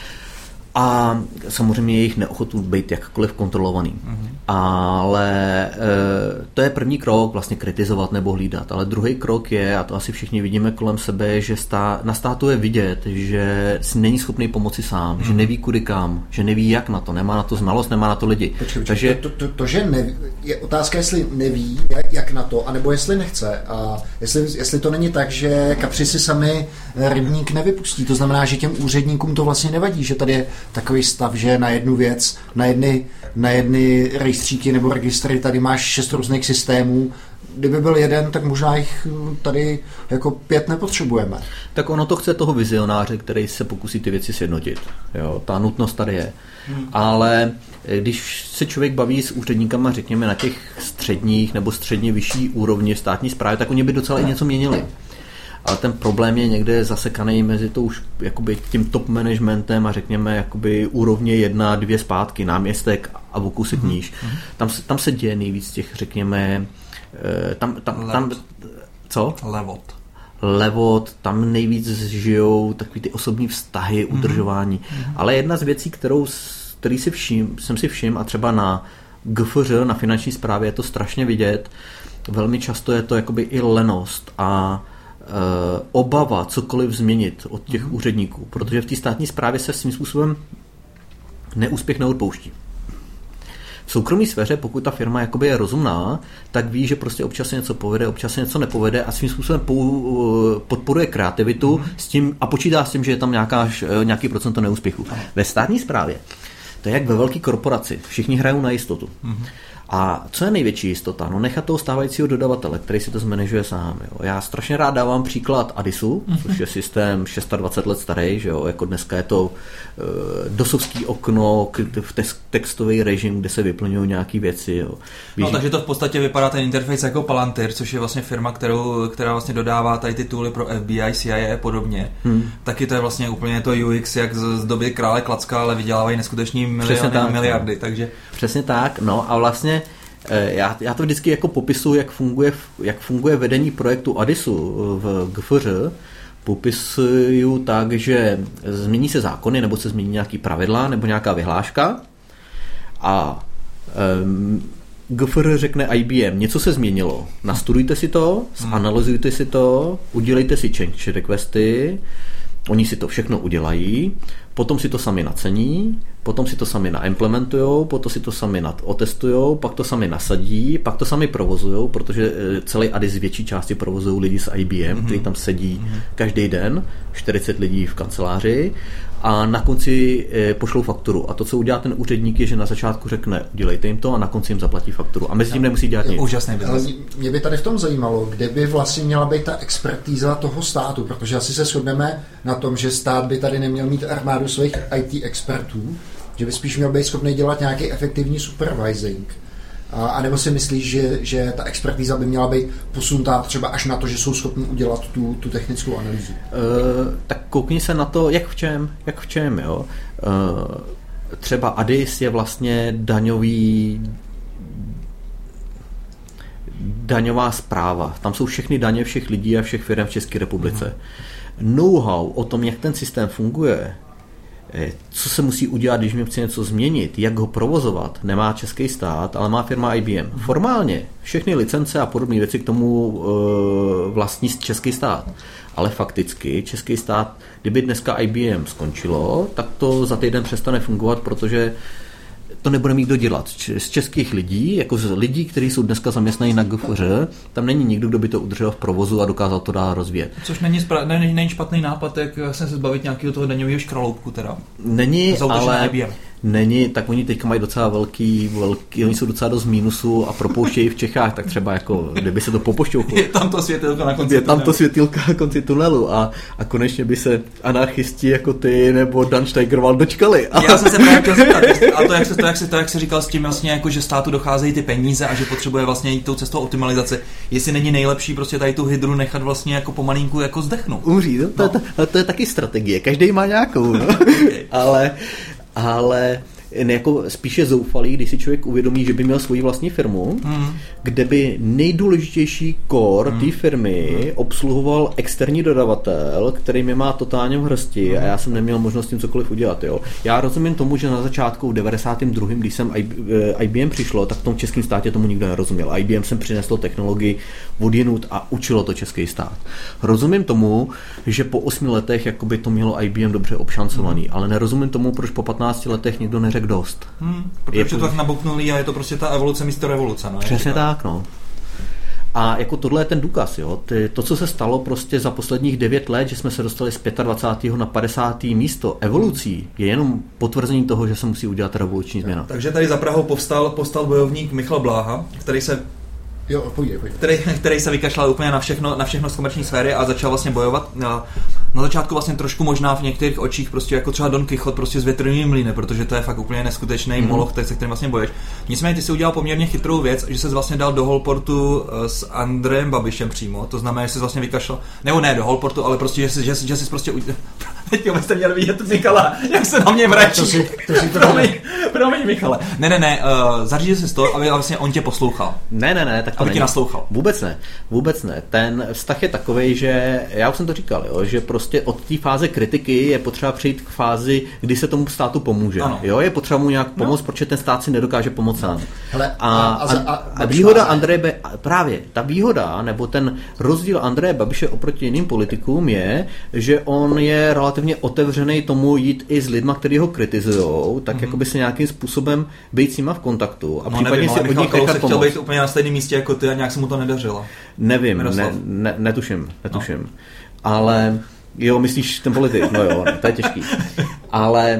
A samozřejmě jejich neochotu být jakkoliv kontrolovaný. Mm-hmm. Ale e, to je první krok, vlastně kritizovat nebo hlídat. Ale druhý krok je, a to asi všichni vidíme kolem sebe, že stá, na státu je vidět, že si není schopný pomoci sám, mm-hmm. že neví kudy kam, že neví jak na to, nemá na to znalost, nemá na to lidi. Počkej, Takže to, to, to, že neví, je otázka, jestli neví, jak na to, anebo jestli nechce. A jestli, jestli to není tak, že kapři si sami rybník nevypustí. To znamená, že těm úředníkům to vlastně nevadí, že tady je takový stav, že na jednu věc, na jedny, na jedny rejstříky nebo registry tady máš šest různých systémů. Kdyby byl jeden, tak možná jich tady jako pět nepotřebujeme. Tak ono to chce toho vizionáře, který se pokusí ty věci sjednotit. Jo, ta nutnost tady je. Hmm. Ale když se člověk baví s úředníkama, řekněme, na těch středních nebo středně vyšší úrovni státní správy, tak oni by docela i něco měnili. Ale ten problém je někde zasekaný mezi to už jakoby tím top managementem a řekněme jakoby úrovně jedna, dvě zpátky, náměstek a o kousek mm-hmm. níž. Tam, tam se děje nejvíc těch, řekněme, tam, tam, tam co? Levot. Levot, tam nejvíc žijou takový ty osobní vztahy, mm-hmm. udržování. Mm-hmm. Ale jedna z věcí, kterou který si všim, jsem si všiml a třeba na G F R, na finanční správě je to strašně vidět, velmi často je to jakoby i lenost a obava cokoliv změnit od těch mm. úředníků, protože v té státní správě se svým způsobem neúspěch neodpouští. V soukromé sféře, pokud ta firma jakoby je rozumná, tak ví, že prostě občas se něco povede, občas se něco nepovede a svým způsobem podporuje kreativitu mm. s tím a počítá s tím, že je tam nějaká, nějaký procento neúspěchu. Mm. Ve státní správě to je jak ve velké korporaci. Všichni hrajou na jistotu. Mm. A co je největší jistota? No nechat toho stávajícího dodavatele, který si to zmanažuje sám. Jo. Já strašně rád dávám příklad Adisu, mm-hmm. což je systém dvacet šest let starý, že jo, jako dneska je to uh, dosovský okno, text, textový režim, kde se vyplňují nějaké věci. Jo. No, takže to v podstatě vypadá ten interface jako Palantir, což je vlastně firma, kterou, která vlastně dodává tady ty tooly pro F B I, C I A a podobně. Hmm. Taky to je vlastně úplně to U X, jak z, z doby krále Klacka, ale vydělávají neskutečný miliony a miliardy. Takže... Přesně tak, no a vlastně Já, já to vždycky jako popisuju, jak funguje, jak funguje vedení projektu Adisu v G F R. Popisuju tak, že změní se zákony, nebo se změní nějaký pravidla, nebo nějaká vyhláška a um, G F R řekne I B M, něco se změnilo, nastudujte si to, zanalyzujte si to, udělejte si change requesty, oni si to všechno udělají, potom si to sami nacení, potom si to sami naimplementujou, potom si to sami otestujou, pak to sami nasadí, pak to sami provozujou, protože celý Adis z větší části provozují lidi z I B M, mm-hmm. kteří tam sedí mm-hmm. každý den, čtyřicet lidí v kanceláři a na konci pošlou fakturu. A to, co udělá ten úředník, je, že na začátku řekne, udělejte jim to a na konci jim zaplatí fakturu. A mezi tím nemusí dělat nic. Úžasný biznes. Mě by tady v tom zajímalo, kde by vlastně měla být ta expertíza toho státu, protože asi se shodneme na tom, že stát by tady neměl mít armádu svých I T expertů, že by spíš měl být schopný dělat nějaký efektivní supervising. A, a nebo si myslíš, že, že ta expertíza by měla být posunutá třeba až na to, že jsou schopni udělat tu, tu technickou analýzu? Uh, tak koukni se na to, jak v čem, jak v čem, jo. Uh, třeba Adis je vlastně daňový daňová správa. Tam jsou všechny daně všech lidí a všech firm v České republice. Uh-huh. Know-how o tom, jak ten systém funguje, co se musí udělat, když mi chce něco změnit, jak ho provozovat, nemá český stát, ale má firma I B M. Formálně všechny licence a podobné věci k tomu e, vlastní český stát. Ale fakticky český stát, kdyby dneska I B M skončilo, tak to za týden přestane fungovat, protože to nebude mít kdo dělat. Z českých lidí, jako z lidí, kteří jsou dneska zaměstnaní na G F R, tam není nikdo, kdo by to udržel v provozu a dokázal to dál rozvíjet. Což není, spra- není, není špatný nápad, jak se zbavit nějakého toho daňového škraloupku teda. Není, ale není, tak oni teďka mají docela velký, velký, oni jsou docela dost mínusu a propouštějí v Čechách, tak třeba jako, kdyby se to popošťouchlo. Je tam to světilko na konci Je tam to světilko na konci tunelu a, a konečně by se anarchisti jako ty nebo Dan Steigerwald dočkali. A... Já jsem se právě chtěl zeptat, a to jak, se, to, jak, se, to, jak se říkal s tím vlastně, jako, že státu docházejí ty peníze a že potřebuje vlastně jít tou cestou optimalizace, jestli není nejlepší prostě tady tu hydru nechat vlastně jako pomalinku jako zdechnout. Umří, no? To, no. To, to, to je taky strategie, každý má nějakou, no? Okay. ale, ale jako spíše zoufalý, když si člověk uvědomí, že by měl svoji vlastní firmu, hmm. kde by nejdůležitější core hmm. té firmy hmm. obsluhoval externí dodavatel, který mě má totálně v hrsti hmm. a já jsem neměl možnost tím cokoliv udělat. Jo. Já rozumím tomu, že na začátku v devadesátém druhém když jsem I B M přišlo, tak v tom českém státě tomu nikdo nerozuměl. I B M jsem přinesl technologii odjenut a učilo to český stát. Rozumím tomu, že po osmi letech jakoby to mělo I B M dobře obšancovaný, hmm. ale nerozumím tomu, proč po patnácti letech někdo neřekl dost. Hmm, protože je to tak naboknulý a je to prostě ta evoluce místo revoluce. No, přesně tak, no. A jako tohle je ten důkaz, jo. Ty, to, co se stalo prostě za posledních devět let, že jsme se dostali z dvacátého pátého na padesátého místo evolucí, je jenom potvrzení toho, že se musí udělat revoluční změna. Takže tady za Prahou povstal, povstal bojovník Michal Bláha, který se Jo, pojď, pojď. Který, který se vykašlal úplně na všechno, na všechno z komerční sféry a začal vlastně bojovat. Na, na začátku vlastně trošku možná v některých očích prostě jako třeba Don Quixote prostě z větrnými mlýny, protože to je fakt úplně neskutečný mm. moloch, se kterým vlastně boješ. Nicméně ty si udělal poměrně chytrou věc, že se vlastně dal do Holportu s Andrejem Babišem přímo, to znamená, že jsi vlastně vykašlal, nebo ne do Holportu, ale prostě, že jsi, že jsi, že jsi prostě udělal. Teď byste měli vidět Michala, jak se na mě mračí. To si, to si to promiň, promiň, Michale. Ne, ne, ne, uh, zařídil jsi to, aby vlastně on tě poslouchal. Ne, ne, ne, tak to aby není. Tě naslouchal. Vůbec ne, vůbec ne. Ten vztah je takovej, že já už jsem to říkal, jo, že prostě od té fáze kritiky je potřeba přejít k fázi, kdy se tomu státu pomůže. Jo, je potřeba mu nějak pomoct, no. Protože ten stát si nedokáže pomoct sám. Hele, a, a, a, a, a výhoda Andreje Be- právě ta výhoda, nebo ten rozdíl Andreje Babiše oproti jiným politikům je, že on je relativně otevřený tomu jít i s lidma, kteří ho kritizujou, tak mm-hmm. jako by se nějakým způsobem být s nima v kontaktu a no, případně nevím, si od nich nechat chtěl být úplně na stejném místě jako ty a nějak se mu to nedařilo. Nevím, ne, ne, netuším, netuším. No. Ale jo, myslíš ten politik, no jo, to je těžký. Ale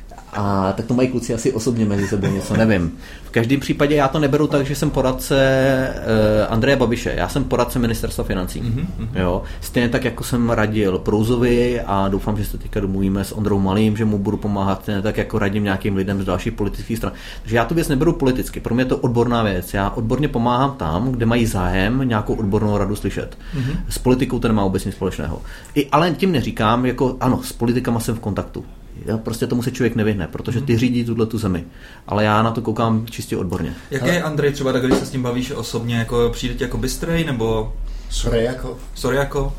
a tak to mají kluci asi osobně mezi sebou něco, nevím. V každém případě já to neberu tak, že jsem poradce uh, Andreje Babiše, já jsem poradce ministerstva financí. Mm-hmm. Jo? Stejně tak, jako jsem radil Prouzovi a doufám, že se teďka domluvíme s Ondrou Malým, že mu budu pomáhat, stejně tak, jako radím nějakým lidem z dalších politických stran. Takže já tu věc neberu politicky, pro mě je to odborná věc. Já odborně pomáhám tam, kde mají zájem nějakou odbornou radu slyšet. Mm-hmm. S politikou to nemá vůbec nic společného. I, ale tím neříkám, jako ano, s politikama jsem v kontaktu. Já prostě tomu se člověk nevyhne, protože ty řídí tuhle tu zemi. Ale já na to koukám čistě odborně. Jaký je Andrej třeba, tak když se s tím bavíš osobně, jako přijde ti jako bystrej, nebo... Sorry jako. Sorry jako.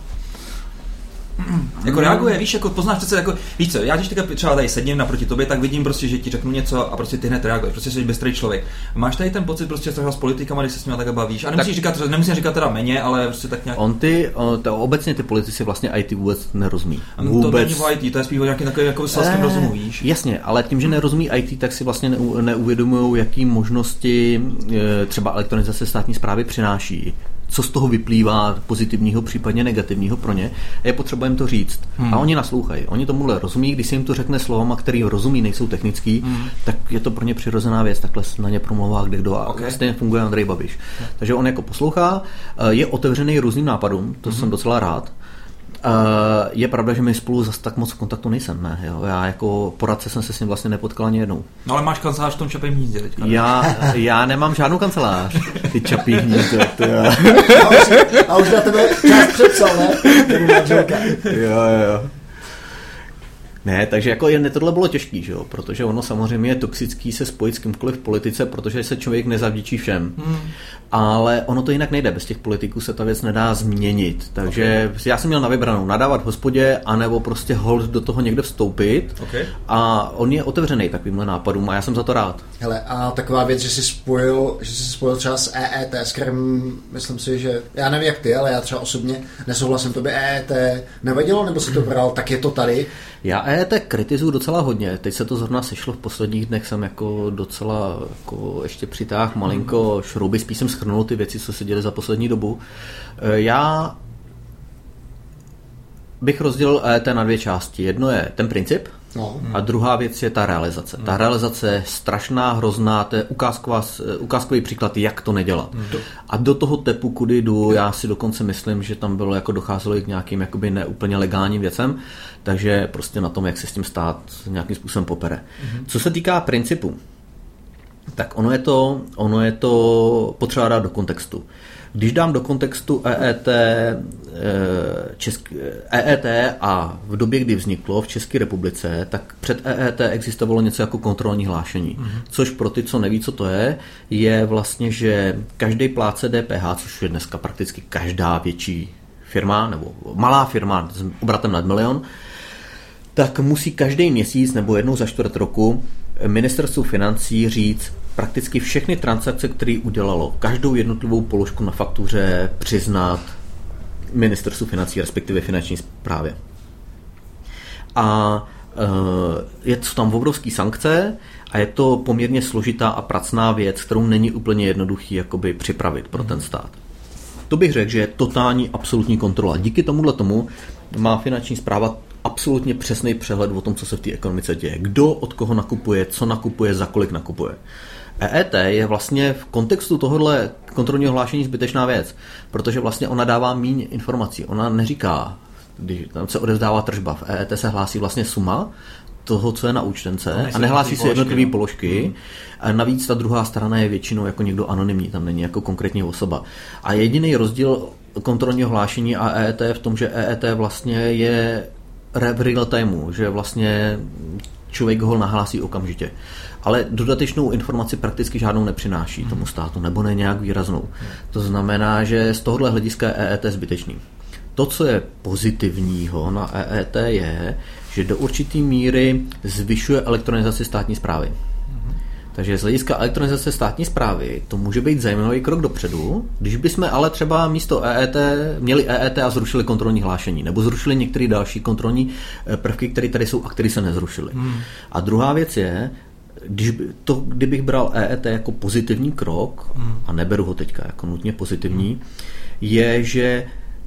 Jako reaguje, víš, jako poznáš přece, jako, víš co, já když třeba tady sedím naproti tobě, tak vidím prostě, že ti řeknu něco a prostě ty hned reaguješ, prostě jsi bystrý člověk. Máš tady ten pocit prostě s politikama, když se s nimi tak bavíš. A nemusíš říkat, nemusím říkat teda méně, ale prostě tak nějak. On ty, on, to, obecně ty politici vlastně I T vůbec nerozumí. Vůbec. To není v I T, to je spíš nějaký takový jako selským eh, rozumu, víš. Jasně, ale tím, že nerozumí I T, tak si vlastně neu, neuvědomují, jaký možnosti e, třeba elektronizace státní správy přináší. Co z toho vyplývá pozitivního, případně negativního pro ně, je potřeba jim to říct. Hmm. A oni naslouchají. Oni tomuhle rozumí, když se jim to řekne slovama, který rozumí, nejsou technický, hmm. tak je to pro ně přirozená věc, takhle na ně promlouvá kde kdo a okay. Stejně funguje Andrej Babiš. Hmm. Takže on jako poslouchá, je otevřený různým nápadům, to hmm. jsem docela rád. Uh, je pravda, že my spolu zase tak moc v kontaktu nejsem, ne? Jo? Já jako poradce jsem se s ním vlastně nepotkal ani jednou. No ale máš kancelář v tom Čapím hnízdě teďka. Já, já nemám žádnou kancelář. Ty Čapí hnízdo. A už, a už na tebe část přepsal, ne? Jo, jo. Ne, takže jako je, tohle bylo těžký, že jo? Protože ono samozřejmě je toxický se spojit s kýmkoliv v politice, protože se člověk nezavděčí všem. Hmm. Ale ono to jinak nejde, bez těch politiků se ta věc nedá změnit. Takže okay. Já jsem měl na vybranou nadávat v hospodě, anebo prostě hold do toho někde vstoupit. Okay. A on je otevřený takovýmhle nápadům a já jsem za to rád. Hele, a taková věc, že jsi spojil, že jsi spojil třeba s E E T, s kterým myslím si, že já nevím jak ty, ale já třeba osobně nesouhlasím, to by E E T nevadilo, nebo si to bral, tak je to tady. Já E E T kritizuju docela hodně. Teď se to zrovna sešlo v posledních dnech, jsem jako docela jako ještě přitáhl malinko šrouby, spíš jsem schrnul ty věci, co se děly za poslední dobu. Já bych rozdělil E E T na dvě části. Jedno je ten princip, No. A druhá věc je ta realizace. Ta realizace je strašná, hrozná, to je ukázková, ukázkový příklad, jak to nedělat. Hmm. A do toho tepu, kudy jdu, já si dokonce myslím, že tam bylo jako docházelo i k nějakým jakoby neúplně legálním věcem, takže prostě na tom, jak se s tím stát nějakým způsobem popere. Hmm. Co se týká principu, tak ono je to, ono je to potřeba dát do kontextu. Když dám do kontextu E E T, česk, E E T a v době, kdy vzniklo v České republice, tak před E E T existovalo něco jako kontrolní hlášení. Mm-hmm. Což pro ty, co neví, co to je, je vlastně, že každý plátce D P H, což je dneska prakticky každá větší firma, nebo malá firma s obratem nad milion, tak musí každý měsíc nebo jednou za čtvrt roku ministerstvu financí říct prakticky všechny transakce, které udělalo, každou jednotlivou položku na faktuře přiznat ministerstvu financí, respektive finanční správě. A e, je to tam obrovský sankce a je to poměrně složitá a pracná věc, kterou není úplně jednoduchý jakoby připravit pro ten stát. To bych řekl, že je totální absolutní kontrola. Díky tomuhle tomu má finanční správa absolutně přesný přehled o tom, co se v té ekonomice děje. Kdo od koho nakupuje, co nakupuje, za kolik nakupuje. E E T je vlastně v kontextu tohohle kontrolního hlášení zbytečná věc, protože vlastně ona dává míň informací. Ona neříká, když tam se odevzdává tržba, v E E T se hlásí vlastně suma toho, co je na účtence a nehlásí se jednotlivé položky. Hmm. A navíc ta druhá strana je většinou jako někdo anonymní, tam není jako konkrétní osoba. A jediný rozdíl kontrolního hlášení a E E T je v tom, že E E T vlastně je v real timeu, že vlastně člověk ho nahlásí okamžitě. Ale dodatečnou informaci prakticky žádnou nepřináší tomu státu, nebo ne nějak výraznou. To znamená, že z tohohle hlediska je E E T zbytečný. To, co je pozitivního na E E T, je, že do určité míry zvyšuje elektronizaci státní správy. Takže z hlediska elektronizace státní správy to může být zajímavý krok dopředu, když bychom ale třeba místo E E T měli E E T a zrušili kontrolní hlášení, nebo zrušili některé další kontrolní prvky, které tady jsou a které se nezrušily. Hmm. A druhá věc je, když by, to, kdybych bral E E T jako pozitivní krok, hmm. a neberu ho teďka jako nutně pozitivní, je, že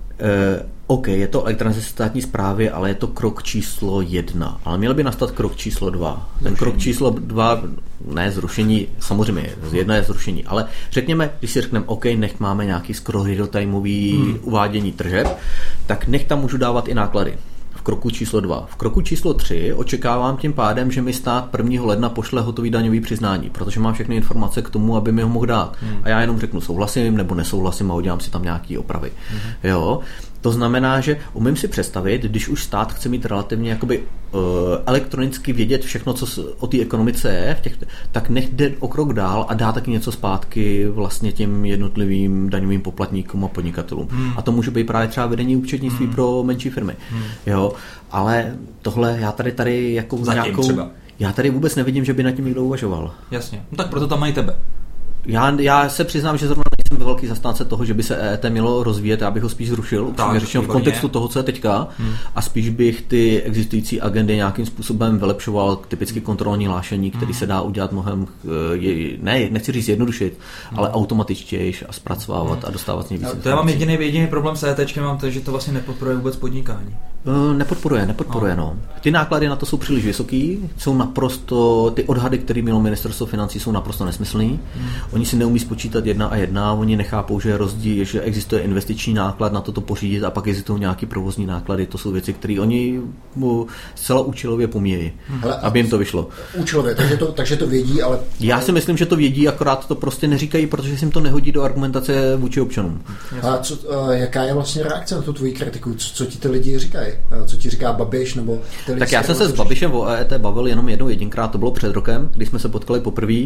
eh, OK, je to elektronizace státní správy, ale je to krok číslo jedna. Ale měl by nastat krok číslo dva. Ten zrušení. Krok číslo dva, ne zrušení, samozřejmě, jedna je zrušení, ale řekněme, když si řekneme, OK, nech máme nějaký skoro real-timeový hmm. uvádění tržeb, tak nech tam můžu dávat i náklady. V kroku číslo dva. V kroku číslo tři očekávám tím pádem, že mi stát prvního ledna pošle hotový daňový přiznání, protože mám všechny informace k tomu, aby mi ho mohl dát. Hmm. A já jenom řeknu souhlasím nebo nesouhlasím a udělám si tam nějaký opravy. Hmm. Jo. To znamená, že umím si představit, když už stát chce mít relativně jakoby, uh, elektronicky vědět všechno, co o té ekonomice je, v těch, tak nech jde o krok dál a dá taky něco zpátky vlastně těm jednotlivým daňovým poplatníkům a podnikatelům. Hmm. A to může být právě třeba vedení účetnictví hmm. pro menší firmy. Hmm. Jo, ale tohle já tady tady jako Zatím nějakou... třeba. Já tady vůbec nevidím, že by nad tím někdo uvažoval. Jasně, no tak proto tam mají tebe. Já, já se přiznám, že zrovna nejsem velký zastánce toho, že by se E E T mělo rozvíjet, já bych ho spíš zrušil, upřímně řečeno v kontextu toho, co je teďka, hmm. a spíš bych ty existující agendy nějakým způsobem vylepšoval, typicky kontrolní hlášení, který hmm. se dá udělat mnohem, je, ne, nechci říct jednodušit, hmm. ale automatičtěji a zpracovávat hmm. a dostávat z něj víc. To já mám jediný, jediný problém s EETčkem, mám to, že to vlastně nepodporuje vůbec podnikání. Nepodporuje, nepodporuje, no. Ty náklady na to jsou příliš vysoký, jsou naprosto, ty odhady, které mělo ministerstvo financí, jsou naprosto nesmyslný. Hmm. Oni si neumí spočítat jedna a jedna, oni nechápou, že je rozdíl, že existuje investiční náklad na toto pořídit a pak existují nějaký provozní náklady, to jsou věci, které oni mu zcela účelově pomíjejí, hmm. aby jim to vyšlo. Účelově, takže to, takže to vědí, ale... Já si myslím, že to vědí, akorát to prostě neříkají, protože si jim to nehodí do argumentace vůči občanům. A co, jaká je vlastně reakce na tu tvoji kritiku? Co, co ti ty lidi říkají? Co ti říká Babiš? Nebo tak já jsem se s Babišem o E E T bavil jenom jednou jedinkrát, to bylo před rokem, když jsme se potkali poprvé.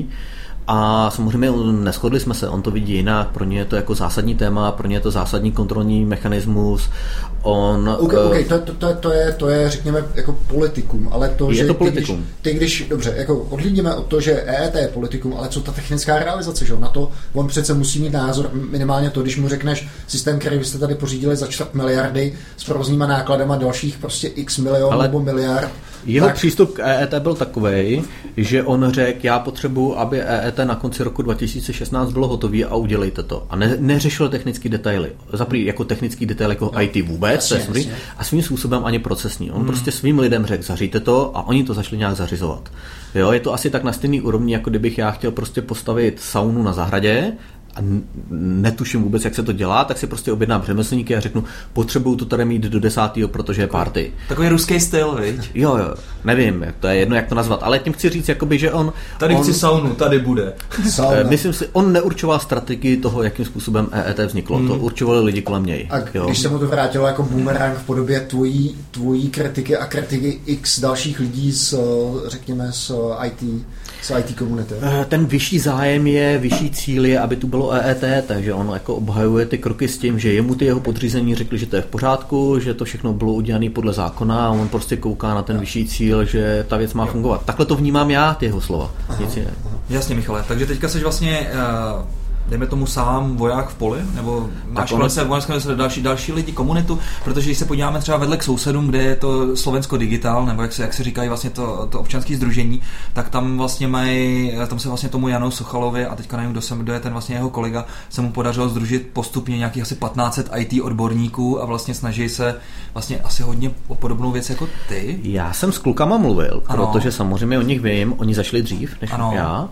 A samozřejmě neshodli jsme se, on to vidí jinak, pro ně je to jako zásadní téma, pro ně je to zásadní kontrolní mechanismus. On, OK, okay to, to, to, to, je, to je, řekněme, jako politikum, ale to, je že to ty když, ty když, dobře, jako odhlídněme od toho, že E E T je politikum, ale co ta technická realizace, že? Na to on přece musí mít názor, minimálně to, když mu řekneš systém, který byste tady pořídili za čtvrt miliardy s provozníma nákladama dalších prostě x milionů nebo miliard, Jeho tak... přístup k E E T byl takovej, že on řekl, já potřebuji, aby E E T na konci roku dva tisíce šestnáct bylo hotový a udělejte to. A ne, neřešil technické detaily. Zaprý jako technický detail jako no, I T vůbec, jasně, jasně. A svým způsobem ani procesní. On hmm. prostě svým lidem řekl, zaříte to a oni to začali nějak zařizovat. Jo, je to asi tak na stejný úrovni, jako kdybych já chtěl prostě postavit saunu na zahradě a netuším vůbec, jak se to dělá, tak si prostě objednám řemeslníky a řeknu, potřebuju to tady mít do desátého, protože je party. Takový ruský styl, viď? Jo, jo, nevím, jak to je jedno, jak to nazvat, ale tím chci říct, jakoby, že on... Tady on, chci saunu, tady bude. Sauna. Myslím si, on neurčoval strategii toho, jakým způsobem E E T vzniklo, hmm. to určovali lidi kolem něj. A jo. Když se mu to vrátilo jako boomerang v podobě tvojí, tvojí kritiky a kritiky x dalších lidí z, řekněme, z I T, z I T komunity. Ten vyšší zájem je, vyšší cíl je, aby tu bylo E E T, takže on jako obhajuje ty kroky s tím, že jemu ty jeho podřízení řekli, že to je v pořádku, že to všechno bylo udělané podle zákona a on prostě kouká na ten vyšší cíl, že ta věc má fungovat. Takhle to vnímám já, ty jeho slova. Nic jiného. Jasně, Michale, takže teďka jsi vlastně... Uh... dejme tomu sám voják v poli, nebo máš kolem se vojenské další, další lidi, komunitu, protože když se podíváme třeba vedle k sousedům, kde je to Slovensko Digital, nebo jak se, jak se říkají vlastně to, to občanské sdružení, tak tam vlastně mají, tam se vlastně tomu Janu Sochalovi, a teďka nevím, kdo, jsem, kdo je ten vlastně jeho kolega, se mu podařilo združit postupně nějakých asi patnáct set I T odborníků a vlastně snaží se vlastně asi hodně o podobnou věc jako ty. Já jsem s klukama mluvil, ano. Protože samozřejmě o nich vím, oni zašli dřív než ano. já.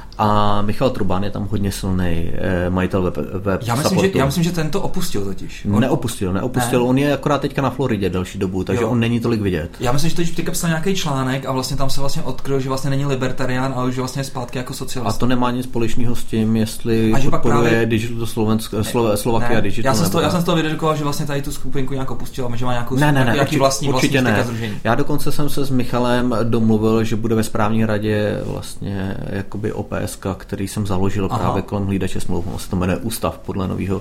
A Michal Trubán je tam hodně silný eh, majitel web, web já myslím, že, já myslím, že ten to opustil totiž. On... Neopustil, neopustil. Ne? On je akorát teďka na Floridě delší dobu, takže jo. On není tolik vidět. Já myslím, že teďka psal nějaký článek a vlastně tam se vlastně odkryl, že vlastně není libertarián, ale že vlastně je zpátky jako socialista. A to nemá nic společného s tím, jestli podporuje právě... Digital Slovensko, Slo, Slovakia Digital. Já jsem, to, já jsem z toho vydedukoval, že vlastně tady tu skupinku nějak opustil, že má nějakou ne, ne, ne, nějaký vlastní, určitě vlastní ne. Združení. Já dokonce jsem se s Michalem domluvil, že bude ve správní radě vlastně jakoby O P S K, který jsem založil Aha. právě kolem hlídače smluv. On se to jmenuje Ústav podle nového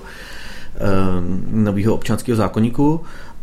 um, nového občanského zákoníku.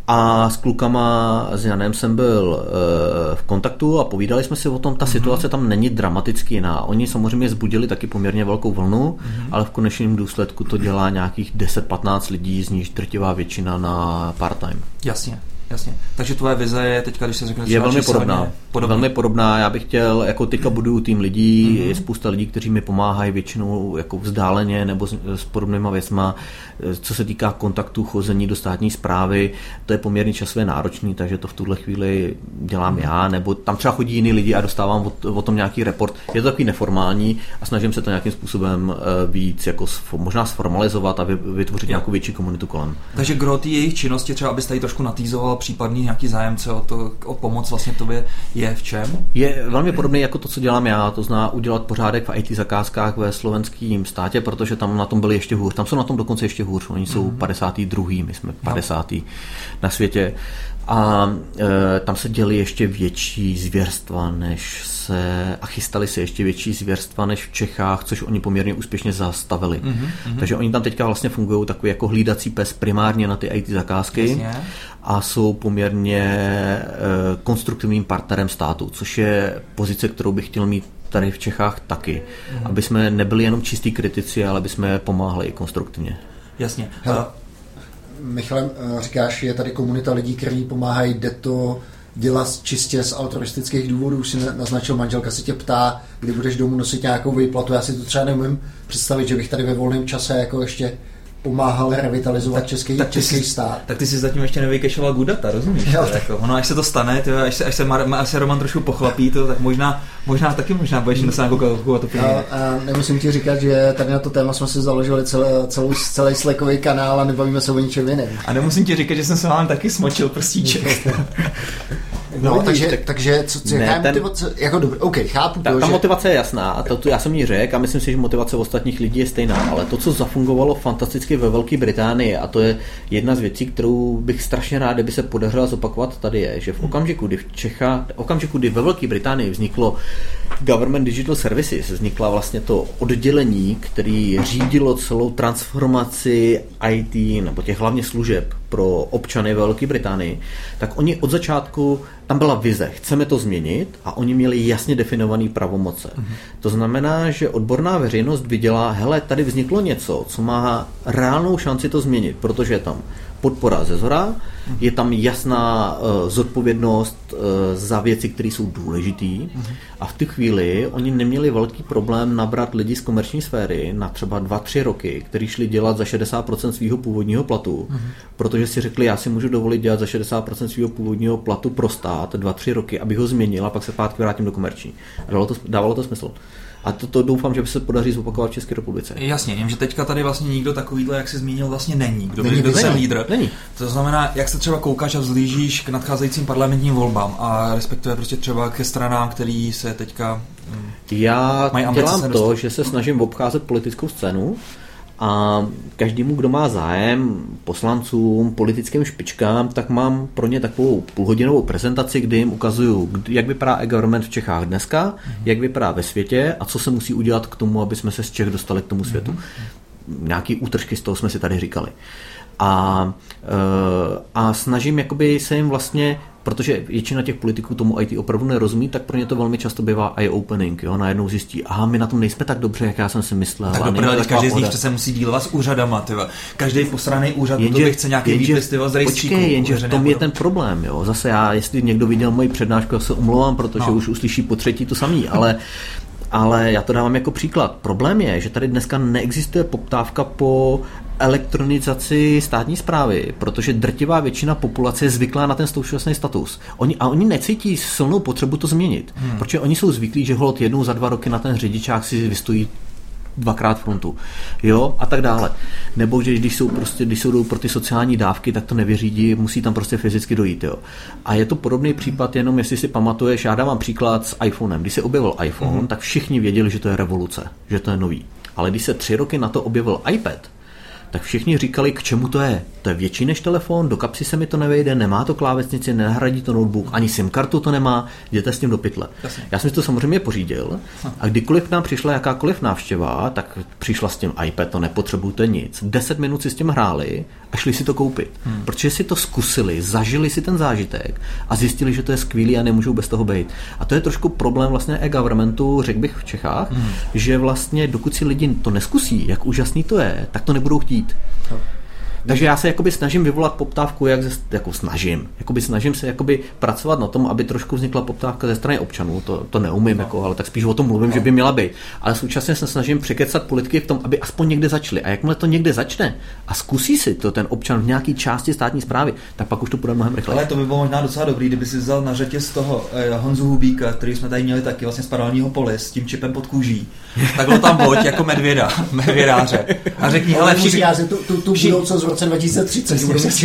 A s klukama, s Janem jsem byl uh, v kontaktu a povídali jsme si o tom, ta mm-hmm. situace tam není dramaticky jiná. Oni samozřejmě zbudili taky poměrně velkou vlnu, mm-hmm. ale v konečném důsledku to dělá nějakých deset patnáct lidí, z níž drtivá většina na part-time. Jasně. Jasně. Takže tvoje vize je teďka, když se řekne, je velmi podobná. podobná. Velmi podobná. Já bych chtěl, jako teďka buduju tým lidí, mm-hmm. je spousta lidí, kteří mi pomáhají většinou jako vzdáleně nebo s, s podobnýma věcma. Co se týká kontaktu, chození do státní správy, to je poměrně časově náročný, takže to v tuhle chvíli dělám mm-hmm. já, nebo tam třeba chodí jiní lidi a dostávám o, o tom nějaký report. Je to takový neformální a snažím se to nějakým způsobem víc jako možná sformalizovat a vytvořit nějakou větší komunitu kolem. Takže gro té jejich činnosti, třeba abyste tady trošku natýzoval případný nějaký zájemce o, to, o pomoc vlastně tobě, je v čem? Je velmi podobný jako to, co dělám já, to zná udělat pořádek v I T zakázkách ve slovenském státě, protože tam na tom byli ještě hůř. Tam jsou na tom dokonce ještě hůř. Oni jsou mm-hmm. padesátý druhý, my jsme padesátý No. na světě. A e, tam se děli ještě větší zvěrstva, než se, a chystali se ještě větší zvěrstva než v Čechách, což oni poměrně úspěšně zastavili. Mm-hmm. Takže oni tam teďka vlastně fungují takový jako hlídací pes primárně na ty I T zakázky. Jasně. A jsou poměrně e, konstruktivním partnerem státu, což je pozice, kterou bych chtěl mít tady v Čechách taky. Mm-hmm. Aby jsme nebyli jenom čistí kritici, ale aby jsme pomáhali i konstruktivně. Jasně. Hele, Michale, říkáš, je tady komunita lidí, kteří pomáhají, jde to dělat čistě z altruistických důvodů, už si naznačil, manželka se tě ptá, kdy budeš domů nosit nějakou výplatu, já si to třeba nemůžu představit, že bych tady ve volném čase jako ještě pomáhal revitalizovat tak, český, tak český jsi, stát. Tak ty jsi zatím ještě nevykešoval Gudata, rozumíš? Jo, to, jako, ono, až se to stane, tyjo, až, se, až, se Mar, až se Roman trošku pochlapí, to, tak možná, možná taky možná budeš hmm. nosit nějakou to a, a nemusím ti říkat, že tady na to téma jsme si založili celý, celou, celý Slackový kanál a nebavíme se o ničem jiném. A nemusím ti říkat, že jsem se vám taky smočil prstíček. No, no takže, takže co, co, jaká je motivace? Jako dobrý, OK, chápu ta, to, ta že... motivace je jasná, a to, to já jsem jí řekl a myslím si, že motivace ostatních lidí je stejná, ale to, co zafungovalo fantasticky ve Velké Británii, a to je jedna z věcí, kterou bych strašně rád, kdyby se podařila zopakovat tady, je, že v okamžiku, kdy v Čechách, v okamžiku, kdy ve Velké Británii vzniklo Government Digital Services, vznikla vlastně to oddělení, který řídilo celou transformaci I T, nebo těch hlavně služeb pro občany ve Velké Británii, tak oni od začátku, tam byla vize, chceme to změnit a oni měli jasně definované pravomoce. Mm-hmm. To znamená, že odborná veřejnost viděla, hele, tady vzniklo něco, co má reálnou šanci to změnit, protože je tam podpora ze zhora, je tam jasná uh, zodpovědnost uh, za věci, které jsou důležitý a v tu chvíli oni neměli velký problém nabrat lidi z komerční sféry na třeba dva tři roky, kteří šli dělat za šedesát procent svého původního platu, uh-huh. protože si řekli, já si můžu dovolit dělat za šedesát procent svého původního platu pro stát dva tři roky, abych ho změnil a pak se zpátky vrátím do komerční. Dávalo to, dávalo to smysl. A to, to doufám, že by se podaří zopakovat v České republice. Jasně, vím, že teďka tady vlastně nikdo takovýhle, jak jsi zmínil, vlastně není. Kdo není, by byl lídr. Není. To znamená, jak se třeba koukáš a vzlížíš k nadcházejícím parlamentním volbám a respektive prostě třeba ke stranám, který se teďka hm, Já mají dělám se to, dostat. že se snažím obcházet politickou scénu a každému, kdo má zájem, poslancům, politickým špičkám, tak mám pro ně takovou půlhodinovou prezentaci, kdy jim ukazuju, jak vypadá e-government v Čechách dneska, mm-hmm. jak vypadá ve světě a co se musí udělat k tomu, aby jsme se z Čech dostali k tomu světu. Mm-hmm. Nějaký útržky z toho jsme si tady říkali. A, a snažím jakoby se jim vlastně, protože většina těch politiků tomu í té opravdu nerozumí, tak pro ně to velmi často bývá eye-opening. Jo? Najednou zjistí, aha, my na tom nejsme tak dobře, jak já jsem si myslel. Tak doprve, každý z nich přece musí dílovat s úřadama. Tyva. Každý posraný úřad, jenže, to chce nějaký výpis tyva, z rejstříku. Počkej, jenže v tom je ten problém. Jo? Zase já, jestli někdo viděl moji přednášku, já se omlouvám, protože no. už uslyší po třetí to samý, ale Ale já to dávám jako příklad. Problém je, že tady dneska neexistuje poptávka po elektronizaci státní správy, protože drtivá většina populace je zvyklá na ten současný status. Oni, a oni necítí silnou potřebu to změnit, hmm. protože oni jsou zvyklí, že holt jednou za dva roky na ten řidičák si vystojí dvakrát frontu, jo, a tak dále. Nebo že když jsou prostě, když jsou pro ty sociální dávky, tak to nevyřídí, musí tam prostě fyzicky dojít, jo. A je to podobný případ, jenom jestli si pamatuješ, já dávám příklad s iPhonem. Když se objevil iPhone, mm-hmm. tak všichni věděli, že to je revoluce, že to je nový. Ale když se tři roky na to objevil iPad, tak všichni říkali, k čemu to je. To je větší než telefon, do kapsy se mi to nevejde, nemá to klávesnici, nenahradí to notebook, ani SIM kartu to nemá, jděte s tím do pytle. Jasně. Já jsem si to samozřejmě pořídil a kdykoliv nám přišla jakákoliv návštěva, tak přišla s tím iPad, to nepotřebujete nic. Deset minut si s tím hráli a šli si to koupit. Hmm. Protože si to zkusili, zažili si ten zážitek a zjistili, že to je skvělý a nemůžou bez toho být. A to je trošku problém vlastně e-governmentu, řekl bych v Čechách, hmm. že vlastně dokud si lidi to neskusí, jak úžasný to je, tak to nebudou chtít. No. Takže já se jakoby snažím vyvolat poptávku, jak ze, jako snažím, jakoby snažím se jakoby pracovat na tom, aby trošku vznikla poptávka ze strany občanů, to, to neumím, no. jako, ale tak spíš o tom mluvím, no. že by měla být. Ale současně se snažím překecat politiky v tom, aby aspoň někde začali. A jakmile to někde začne a zkusí si to ten občan v nějaké části státní správy, tak pak už to půjde mnohem rychleji. Ale to by bylo možná docela dobrý, kdyby si vzal na řetě z toho eh, Honzu Hubíka, který jsme tady měli taky vlastně z paralelního poli s tím čipem pod kůží. Takhle tam pojď jako medvěda, medvědáře. A řekni, hele, všichni tu, tu, tu budoucnost v roce dva tisíce třicet.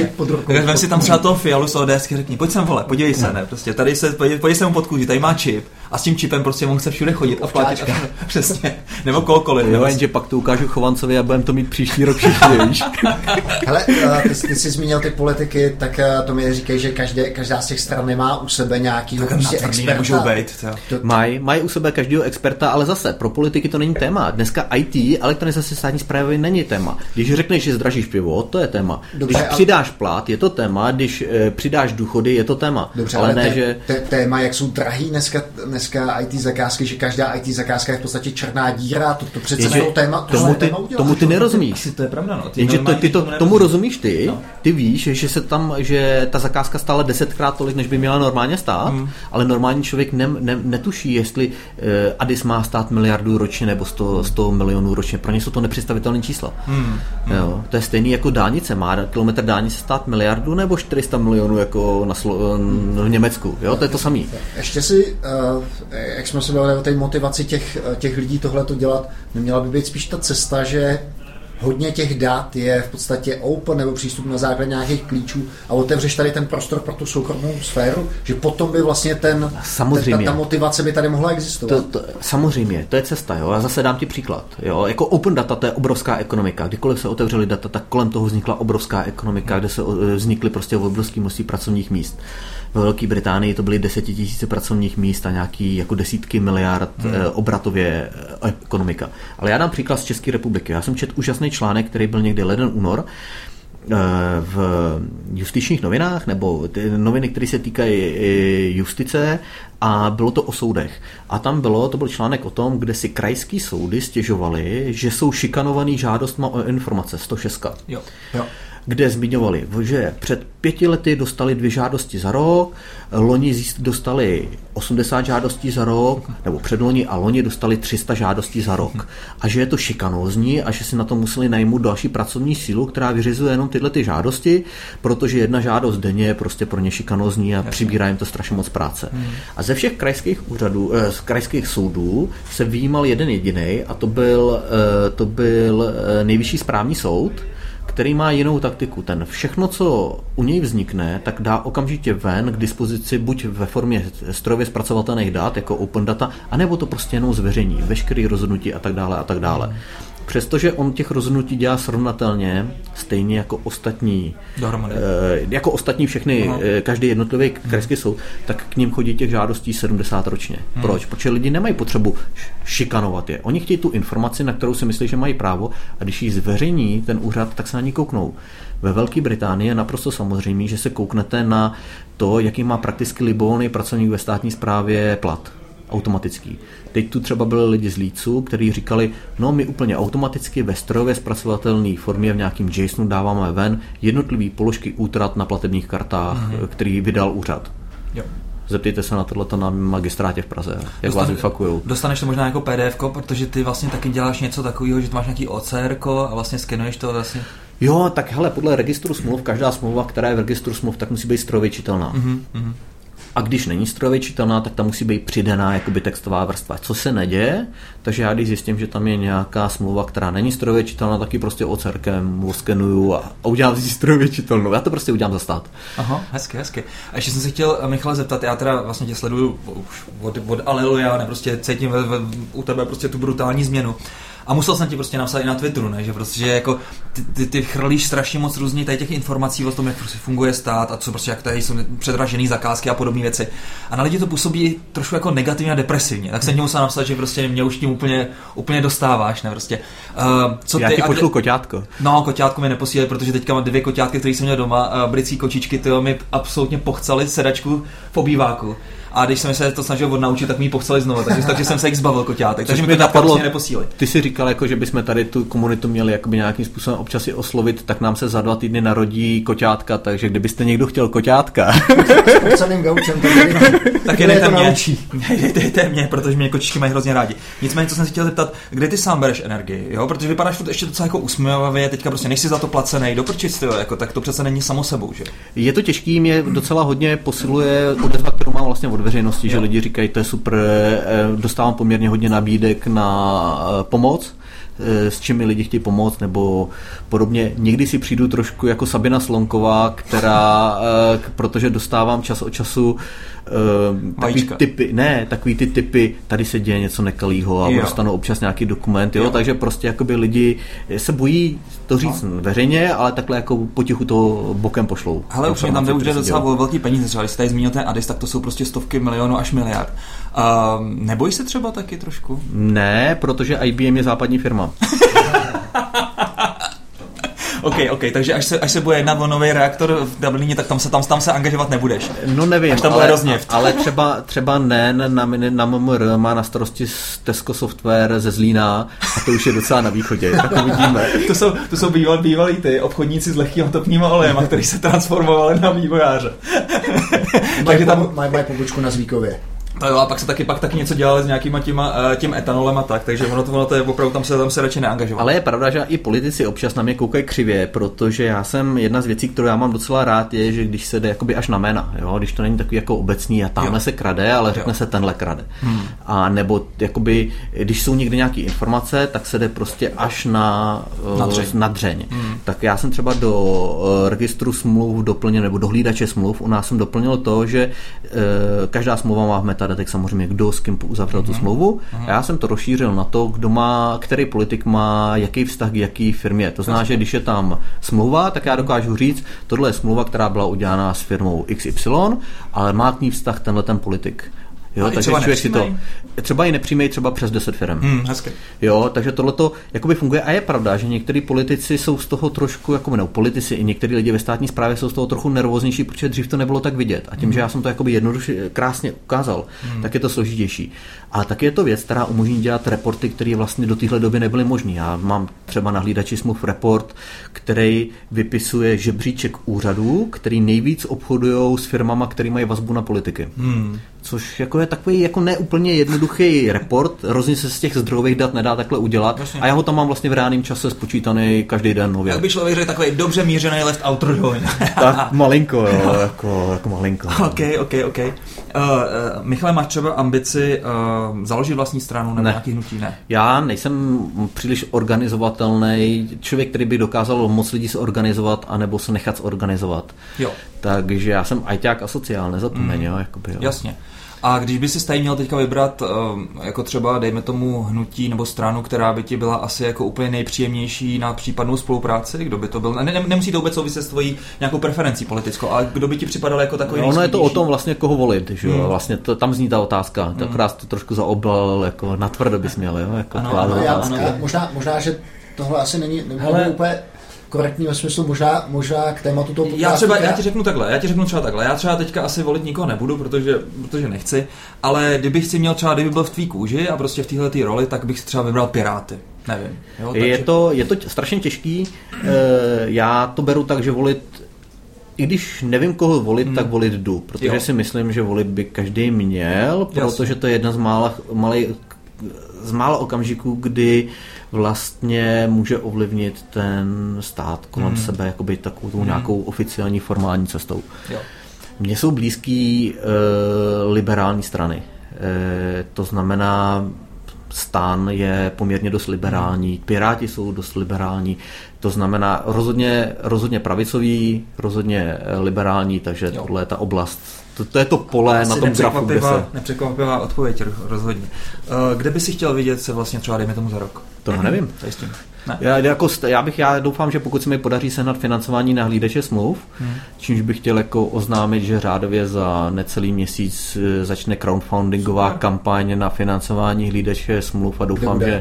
Vem si tam třeba toho Fialu z ODSky, řekni, pojď sem, vole, podívej se, ne, prostě, tady se, podívej, podívej se mu pod kůži, tady má čip a s tím čipem prostě on chce všude chodit a platit, přesně, nebo kohokoliv. Jo, jenže pak to ukážu Chovancovi a budeme to mít příští rok všichni, víš. Hele, ty, ty jsi zmínil ty politiky, tak to mi říkají, že každé, každá z těch stran nemá u sebe nějakýho prostě experta. Mají maj u sebe každého experta, ale zase, pro politiky to není téma. Dneska í té, elektronizace státní správy není téma. Když řekneš, že zdražíš pivo, to je téma. Dobře, když přidáš plat, je to téma, když e, přidáš důchody, je to téma. Dobře, ale, ale ne, té, že... té, téma, jak jsou drahý dneska, dneska í té zakázky, že každá í té zakázka je v podstatě černá díra, to, to přece není téma. To tomu, ty, téma udělat, tomu ty nerozumíš. To je pravda, no. Ty Jenže to, ty to, tomu, tomu rozumíš ty, no. Ty víš, že se tam, že ta zakázka stála desetkrát tolik, než by měla normálně stát, hmm. ale normální člověk ne, ne, netuší, jestli uh, Addis má stát miliardu ročně nebo sto, sto milionů ročně. Pro ně jsou to nepředstavitelné čísla. Hmm. Jo, to je stejný jako dálnice. Má kilometr dálnice stát miliardu nebo čtyři sta milionů jako na Slo- v Německu. Jo, to je to samý. Ještě si, uh, jak jsme se bavili o té motivaci těch, těch lidí tohleto dělat, neměla by být spíš ta cesta, že hodně těch dat je v podstatě open nebo přístup na základě nějakých klíčů a otevřeš tady ten prostor pro tu soukromou sféru, že potom by vlastně ten, samozřejmě. Ta, ta motivace by tady mohla existovat. To, to, samozřejmě, to je cesta. Jo? Já zase dám ti příklad. Jo? Jako open data, to je obrovská ekonomika. Kdykoliv se otevřely data, tak kolem toho vznikla obrovská ekonomika, kde se vznikly prostě obrovské množství pracovních míst. Ve Velké Británii to byly desetitisíce pracovních míst a nějaký jako desítky miliard hmm. eh, obratově eh, ekonomika. Ale já dám příklad z České republiky. Já jsem četl úžasný článek, který byl někdy leden únor eh, v justičních novinách, nebo ty noviny, které se týkají justice, a bylo to o soudech. A tam bylo, to byl článek o tom, kde si krajský soudy stěžovaly, že jsou šikanovaný žádostma o informace sto šest. Jo. Jo. kde zmiňovali, že před pěti lety dostali dvě žádosti za rok, loni dostali osmdesát žádostí za rok, nebo předloni a loni dostali tři sta žádostí za rok. A že je to šikanózní a že si na to museli najmout další pracovní sílu, která vyřizuje jenom tyhle ty žádosti, protože jedna žádost denně je prostě pro ně šikanózní a přibírá jim to strašně moc práce. A ze všech krajských úřadů, eh, z krajských soudů se vyjímal jeden jediný a to byl, eh, to byl eh, Nejvyšší správní soud, který má jinou taktiku. Ten všechno, co u něj vznikne, tak dá okamžitě ven k dispozici buď ve formě strojově zpracovatelných dat, jako open data, anebo to prostě jenom zveřejní, veškerý rozhodnutí a tak dále a tak dále. Přestože on těch rozhodnutí dělá srovnatelně, stejně jako ostatní, e, jako ostatní všechny, e, každý jednotlivý krajský soud, tak k ním chodí těch žádostí sedmdesát ročně. Hmm. Proč? Protože lidi nemají potřebu šikanovat je. Oni chtějí tu informaci, na kterou si myslí, že mají právo, a když ji zveřejní ten úřad, tak se na ní kouknou. Ve Velké Británii je naprosto samozřejmé, že se kouknete na to, jaký má prakticky libovolný pracovník ve státní správě plat. Automatický. Teď tu třeba byli lidi z Leedsu, kteří říkali, no my úplně automaticky ve strojově zpracovatelné formě v nějakým JSONu dáváme ven jednotlivý položky útrat na platebních kartách, mm-hmm. který vydal úřad. Jo. Zeptejte se na tohleto na magistrátě v Praze, jak Dostane, vás vyfakujou. Dostaneš to možná jako P D F ko, protože ty vlastně taky děláš něco takového, že máš nějaký O C R ko a vlastně skenuješ to vlastně. Jo, tak hele, podle registru smluv, každá smlouva, která je v registru smluv, tak musí být strojově čitelná. Mm-hmm. A když není strojově čitelná, tak tam musí být přidaná jakoby textová vrstva. Co se neděje, takže já když zjistím, že tam je nějaká smlouva, která není strojově čitelná, tak ji prostě ocerkem oskenuju a, a udělám si strojově čitelnou. Já to prostě udělám za stát. Aha, hezky, hezky. A ještě jsem se chtěl, Michale, zeptat, já teda vlastně tě sleduju už od, od Aleluja, ne, prostě cítím ve, ve, u tebe prostě tu brutální změnu. A musel jsem ti prostě napsat i na Twitteru, ne? Že prostě že jako ty, ty, ty chrlíš strašně moc různých tady těch informací o tom, jak prostě funguje stát a co prostě jak tady jsou předražený zakázky a podobné věci. A na lidi to působí trošku jako negativně a depresivně. Tak jsem ti musel napsat, že prostě mě už tím úplně, úplně dostáváš, ne? Prostě. Uh, co Já ty, ti pošlu koťátko. No, koťátko mi neposílej, protože teďka mám dvě koťátky, které jsem měl doma, uh, bricí kočičky, ty mi absolutně pochcali sedačku v obýváku. A když jsem se to snažil odnaučit, tak mi ji pochceli znovu, takže, takže jsem se jich zbavil koťátek, takže mi to napadlo, prostě neposílej. Ty si říkal, jako, že bychom tady tu komunitu měli jakoby nějakým způsobem občas i oslovit, tak nám se za dva týdny narodí koťátka, takže kdybyste někdo chtěl koťátka. S obceným gaučem, tak je dejte mě, dejte mě, protože mě kočičky mají hrozně rádi. Nicméně, co jsem si chtěl zeptat, kde ty sám bereš energii, jo? Protože vypadáš ještě docela jako usměvavě, teďka prostě nejsi za to placenej, doprčit, jako, tak to přece není samo sebou, že? Je to těžký, mě docela hodně posiluje odezva, kterou mám vlastně od veřejnosti, jo. Že lidi říkají, to je super, dostávám poměrně hodně nabídek na pomoc, s čím mi lidi chtějí pomoct, nebo podobně. Někdy si přijdu trošku jako Sabina Slonková, která, protože dostávám čas od času takový typy, ne, takový ty typy, tady se děje něco nekalýho a dostanu občas nějaký dokument, jo? Jo. Takže prostě jakoby lidi se bojí to říct no. veřejně, ale takhle jako potichu to bokem pošlou. Hele, už mě tam jde už docela o velký peníze, třeba když jsi tady zmínil ten Addis, tak to jsou prostě stovky milionů až miliard. Uh, nebojí se třeba taky trošku? Ne, protože I B M je západní firma. OK, OK, takže až se, až se bude jednat o nový reaktor v Dublině, tak tam se, tam, tam se angažovat nebudeš. No nevím, až tam ale, bude ale třeba, třeba N E N na, na M M R má na starosti Tesco Software ze Zlína a to už je docela na východě, tak uvidíme. to jsou, to jsou bývalí, bývalí ty obchodníci s lehkým topním olejem, který se transformovali na vývojáře. Takže tam mají maj pobočku na Zvíkově. No jo, a pak se taky, pak taky něco dělali s nějakýma těma, tím etanolem a tak, takže ono to, ono to je opravdu, tam se, tam se radši neangažovat. Ale je pravda, že i politici občas na mě koukají křivě, protože já jsem, jedna z věcí, kterou já mám docela rád, je, že když se jde jakoby až na jména, jo, když to není takový jako obecný a tamhle se krade, ale řekne jo. se tenhle krade. Hmm. A nebo jakoby, když jsou někde nějaké informace, tak se jde prostě až na, na dřeň. Na dřeň. Hmm. Tak já jsem třeba do uh, registru smluv doplnil, nebo do hlídače smluv, u nás jsem doplnil to, že uh, každá smlouva má v meta tak samozřejmě kdo s kým uzavřel tu smlouvu. A já jsem to rozšířil na to, kdo má, který politik má jaký vztah k jaký firmě. To znamená, že když je tam smlouva, tak já dokážu říct, tohle je smlouva, která byla udělána s firmou X Y, ale má k ní vztah tenhle ten politik. Jo, takže člověk si to třeba i nepřímej, třeba přes deset firem. Hmm, hezky. Jo, takže tohleto jakoby funguje a je pravda, že některý politici jsou z toho trošku, jako no, politici i některý lidi ve státní správě jsou z toho trochu nervóznější, protože dřív to nebylo tak vidět. A tím, hmm. že já jsem to jakoby jednoduše krásně ukázal, hmm. tak je to složitější. A taky je to věc, která umožní dělat reporty, které vlastně do téhle doby nebyly možné. Já mám třeba na hlídači smluv report, který vypisuje žebříček úřadů, který nejvíc obchodují s firmama, které mají vazbu na politiky. Hmm. Což jako je takový jako neúplně jednoduchý report, hrozně se z těch zdrojových dat nedá takhle udělat. Vlastně. A já ho tam mám vlastně v reálném čase spočítaný každý den nově. Jak by člověk řekl, takový dobře mířený left outer join. Tak malinko, jo, jako, jako malinko. OK, OK, OK. Uh, uh, Michale, máš třeba ambici uh, založit vlastní stranu nebo ne. nějaký hnutí? Ne. Já nejsem příliš organizovatelný člověk, který by dokázal moc lidí se organizovat anebo se nechat zorganizovat. Jo. Takže já jsem ajťák a sociál, nezapomeň, mm. jo, jakoby, jo. Jasně. A když by si tady měl teďka vybrat jako třeba, dejme tomu, hnutí nebo stranu, která by ti byla asi jako úplně nejpříjemnější na případnou spolupráci, kdo by to byl? Ne, nemusí to vůbec souviset s tvojí nějakou preferencí politickou, ale kdo by ti připadal jako takový no, ono je to o tom vlastně, koho volit, že jo? Hmm. Vlastně to, tam zní ta otázka, hmm. akorát to trošku zaoblal, jako natvrdo bys měl, jo? Jako ano, ano, já, ano, možná, možná, že tohle asi není, není úplně korektní ve smyslu možná, možná k tématu toho podcastu. Já třeba, já ti řeknu takhle, já ti řeknu třeba takhle, já třeba teďka asi volit nikoho nebudu, protože, protože nechci, ale kdybych si měl třeba, kdyby byl v tvý kůži a prostě v téhletý roli, tak bych si třeba vybral Piráty. Nevím. Jo, takže... je, to, je to strašně těžký, e, já to beru tak, že volit, i když nevím, koho volit, hmm. tak volit jdu, protože jo. si myslím, že volit by každý měl, protože to je jedna z mála, malej, z mála okamžiků, kdy vlastně může ovlivnit ten stát kolem hmm. sebe jakoby takovou hmm. nějakou oficiální formální cestou. Jo. Mně jsou blízký e, liberální strany. E, to znamená, STAN je poměrně dost liberální, Piráti jsou dost liberální, to znamená rozhodně, rozhodně pravicový, rozhodně liberální, takže jo. tohle je ta oblast. To, to je to pole asi na tom grafu, kde se... Nepřekvapivá odpověď rozhodně. Uh, kde by si chtěl vidět se vlastně třeba, dejme tomu za rok? To hmm. nevím. Ne. Já, jako, já, bych, já doufám, že pokud se mi podaří sehnat financování na hlídače smluv, hmm. čímž bych chtěl jako oznámit, že řádově za necelý měsíc začne crowdfundingová Super. kampaň na financování hlídače smluv a doufám, že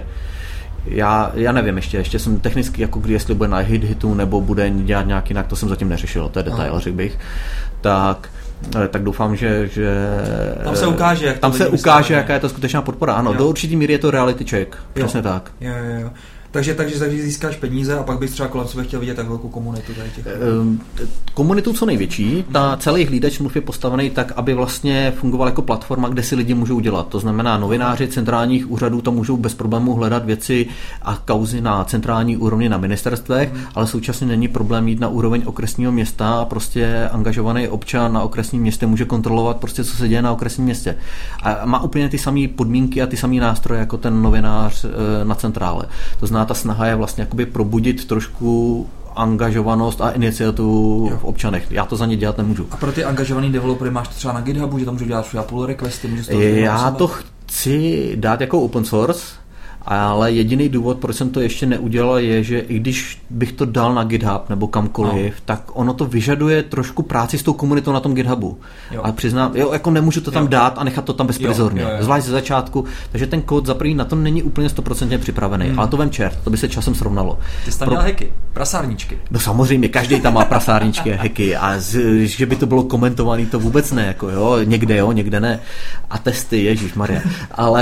Já, já nevím ještě, ještě jsem technicky, jako kdy, jestli bude na hit hitu, nebo bude dělat nějak jinak, to jsem zatím neřešil, to je detail, řekl bych. Tak, tak doufám, že, že tam se ukáže, jak tam se ukáže, jaká je to skutečná podpora. Ano, jo. Do určitý míry je to reality check, přesně tak. Jo, jo, jo. Takže, takže, takže získáš peníze a pak bys třeba kolem sebe chtěl vidět tak velkou komunitu. Tady těch... Komunitu co největší. Ta celý hlídač smluv je postavený tak, aby vlastně fungoval jako platforma, kde si lidi můžou dělat. To znamená, novináři centrálních úřadů tam můžou bez problémů hledat věci a kauzy na centrální úrovni na ministerstvech, hmm. ale současně není problém jít na úroveň okresního města a prostě angažovaný občan na okresním městě může kontrolovat prostě, co se děje na okresním městě. A má úplně ty samé podmínky a ty samé nástroje jako ten novinář na centrále. To znamená, ta snaha je vlastně jakoby probudit trošku angažovanost a iniciativu v občanech. Já to za ně dělat nemůžu. A pro ty angažovaný developery máš to třeba na GitHubu, že tam můžu dělat třeba pull requesty? Já to chci dát jako open source, ale jediný důvod, proč jsem to ještě neudělal, je, že i když bych to dal na GitHub nebo kamkoliv, no. tak ono to vyžaduje trošku práci s tou komunitou na tom GitHubu. Jo. Ale přiznám, jo, jako nemůžu to tam jo. dát a nechat to tam bezprizorně. Jo, jo, jo. Zvlášť ze začátku, takže ten kód za první na to není úplně stoprocentně připravený, hmm. ale to vem čert, to by se časem srovnalo. Ty jsi tam Pro... měl hacky, prasárničky. No samozřejmě, každý tam má prasárničky a hacky a z, že by to bylo komentovaný, to vůbec ne, jako jo, někde jo, někde ne. A testy, ježišmarja. ale,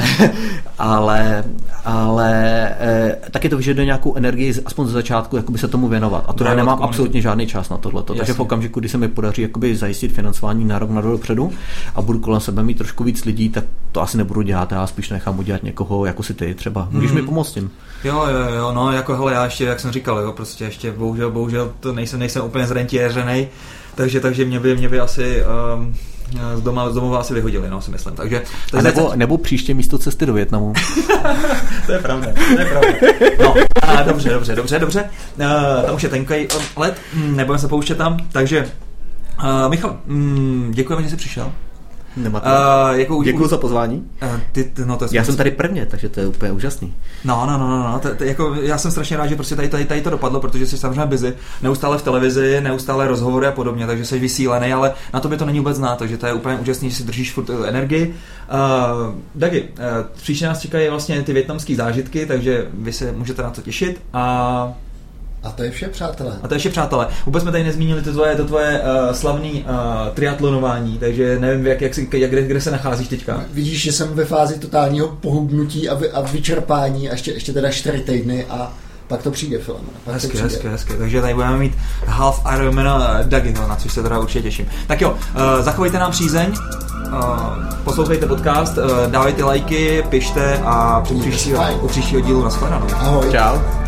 ale ale e, taky to vyžaduje nějakou energii aspoň ze začátku jakoby se tomu věnovat. A to já nemám absolutně žádný čas na tohleto. Takže v okamžiku, kdy se mi podaří jakoby zajistit financování na rok na dopředu a budu kolem sebe mít trošku víc lidí, tak to asi nebudu dělat. Já spíš nechám udělat někoho jako si ty třeba. Můžeš mm. mi pomoct tím? Jo, jo, jo, no jako hele, já ještě, jak jsem říkal, jo, prostě ještě bohužel, bohužel to nejsem, nejsem úplně zrentiéřenej, takže, takže mě by, mě by asi um, z doma, z domova asi vyhodili, no, si myslím. Takže, a nebo, se... nebo příště místo cesty do Vietnamu. To je pravda, to je pravda. No, a dobře, dobře, dobře, dobře. Uh, tam už je tenkej let, nebudeme se pouštět tam, takže uh, Michal, mm, děkujeme, že jsi přišel. Uh, jako Děkuju za pozvání. Uh, ty, no, to já jsem tady prvně, takže to je úplně úžasný. No, no, no, no, no. T- t- jako, já jsem strašně rád, že prostě tady, tady, tady to dopadlo, protože jsi samozřejmě busy, neustále v televizi, neustále rozhovory a podobně, takže jsi vysílený, ale na tobě to není vůbec znát, takže to je úplně úžasný, že si držíš furt energii. Uh, Dagi, uh, příště nás čekají vlastně ty vietnamské zážitky, takže vy se můžete na to těšit a A to je vše, přátelé. A to je vše, přátelé. Vůbec jsme tady nezmínili to tvoje, to tvoje uh, slavný uh, triatlonování, takže nevím, jak, jak, jak, kde, kde se nacházíš teďka. Vidíš, že jsem ve fázi totálního pohubnutí a, vy, a vyčerpání a ještě, ještě teda čtyři týdny a pak to přijde, film. Hezky, hezky, hezky. Takže tady budeme mít half Ironmana Dagiho, na což se teda určitě těším. Tak jo, uh, zachovejte nám přízeň, uh, poslouchejte podcast, uh, dávejte lajky, pište a při příštího, příštího dílu nashledanou. Ahoj. Čau.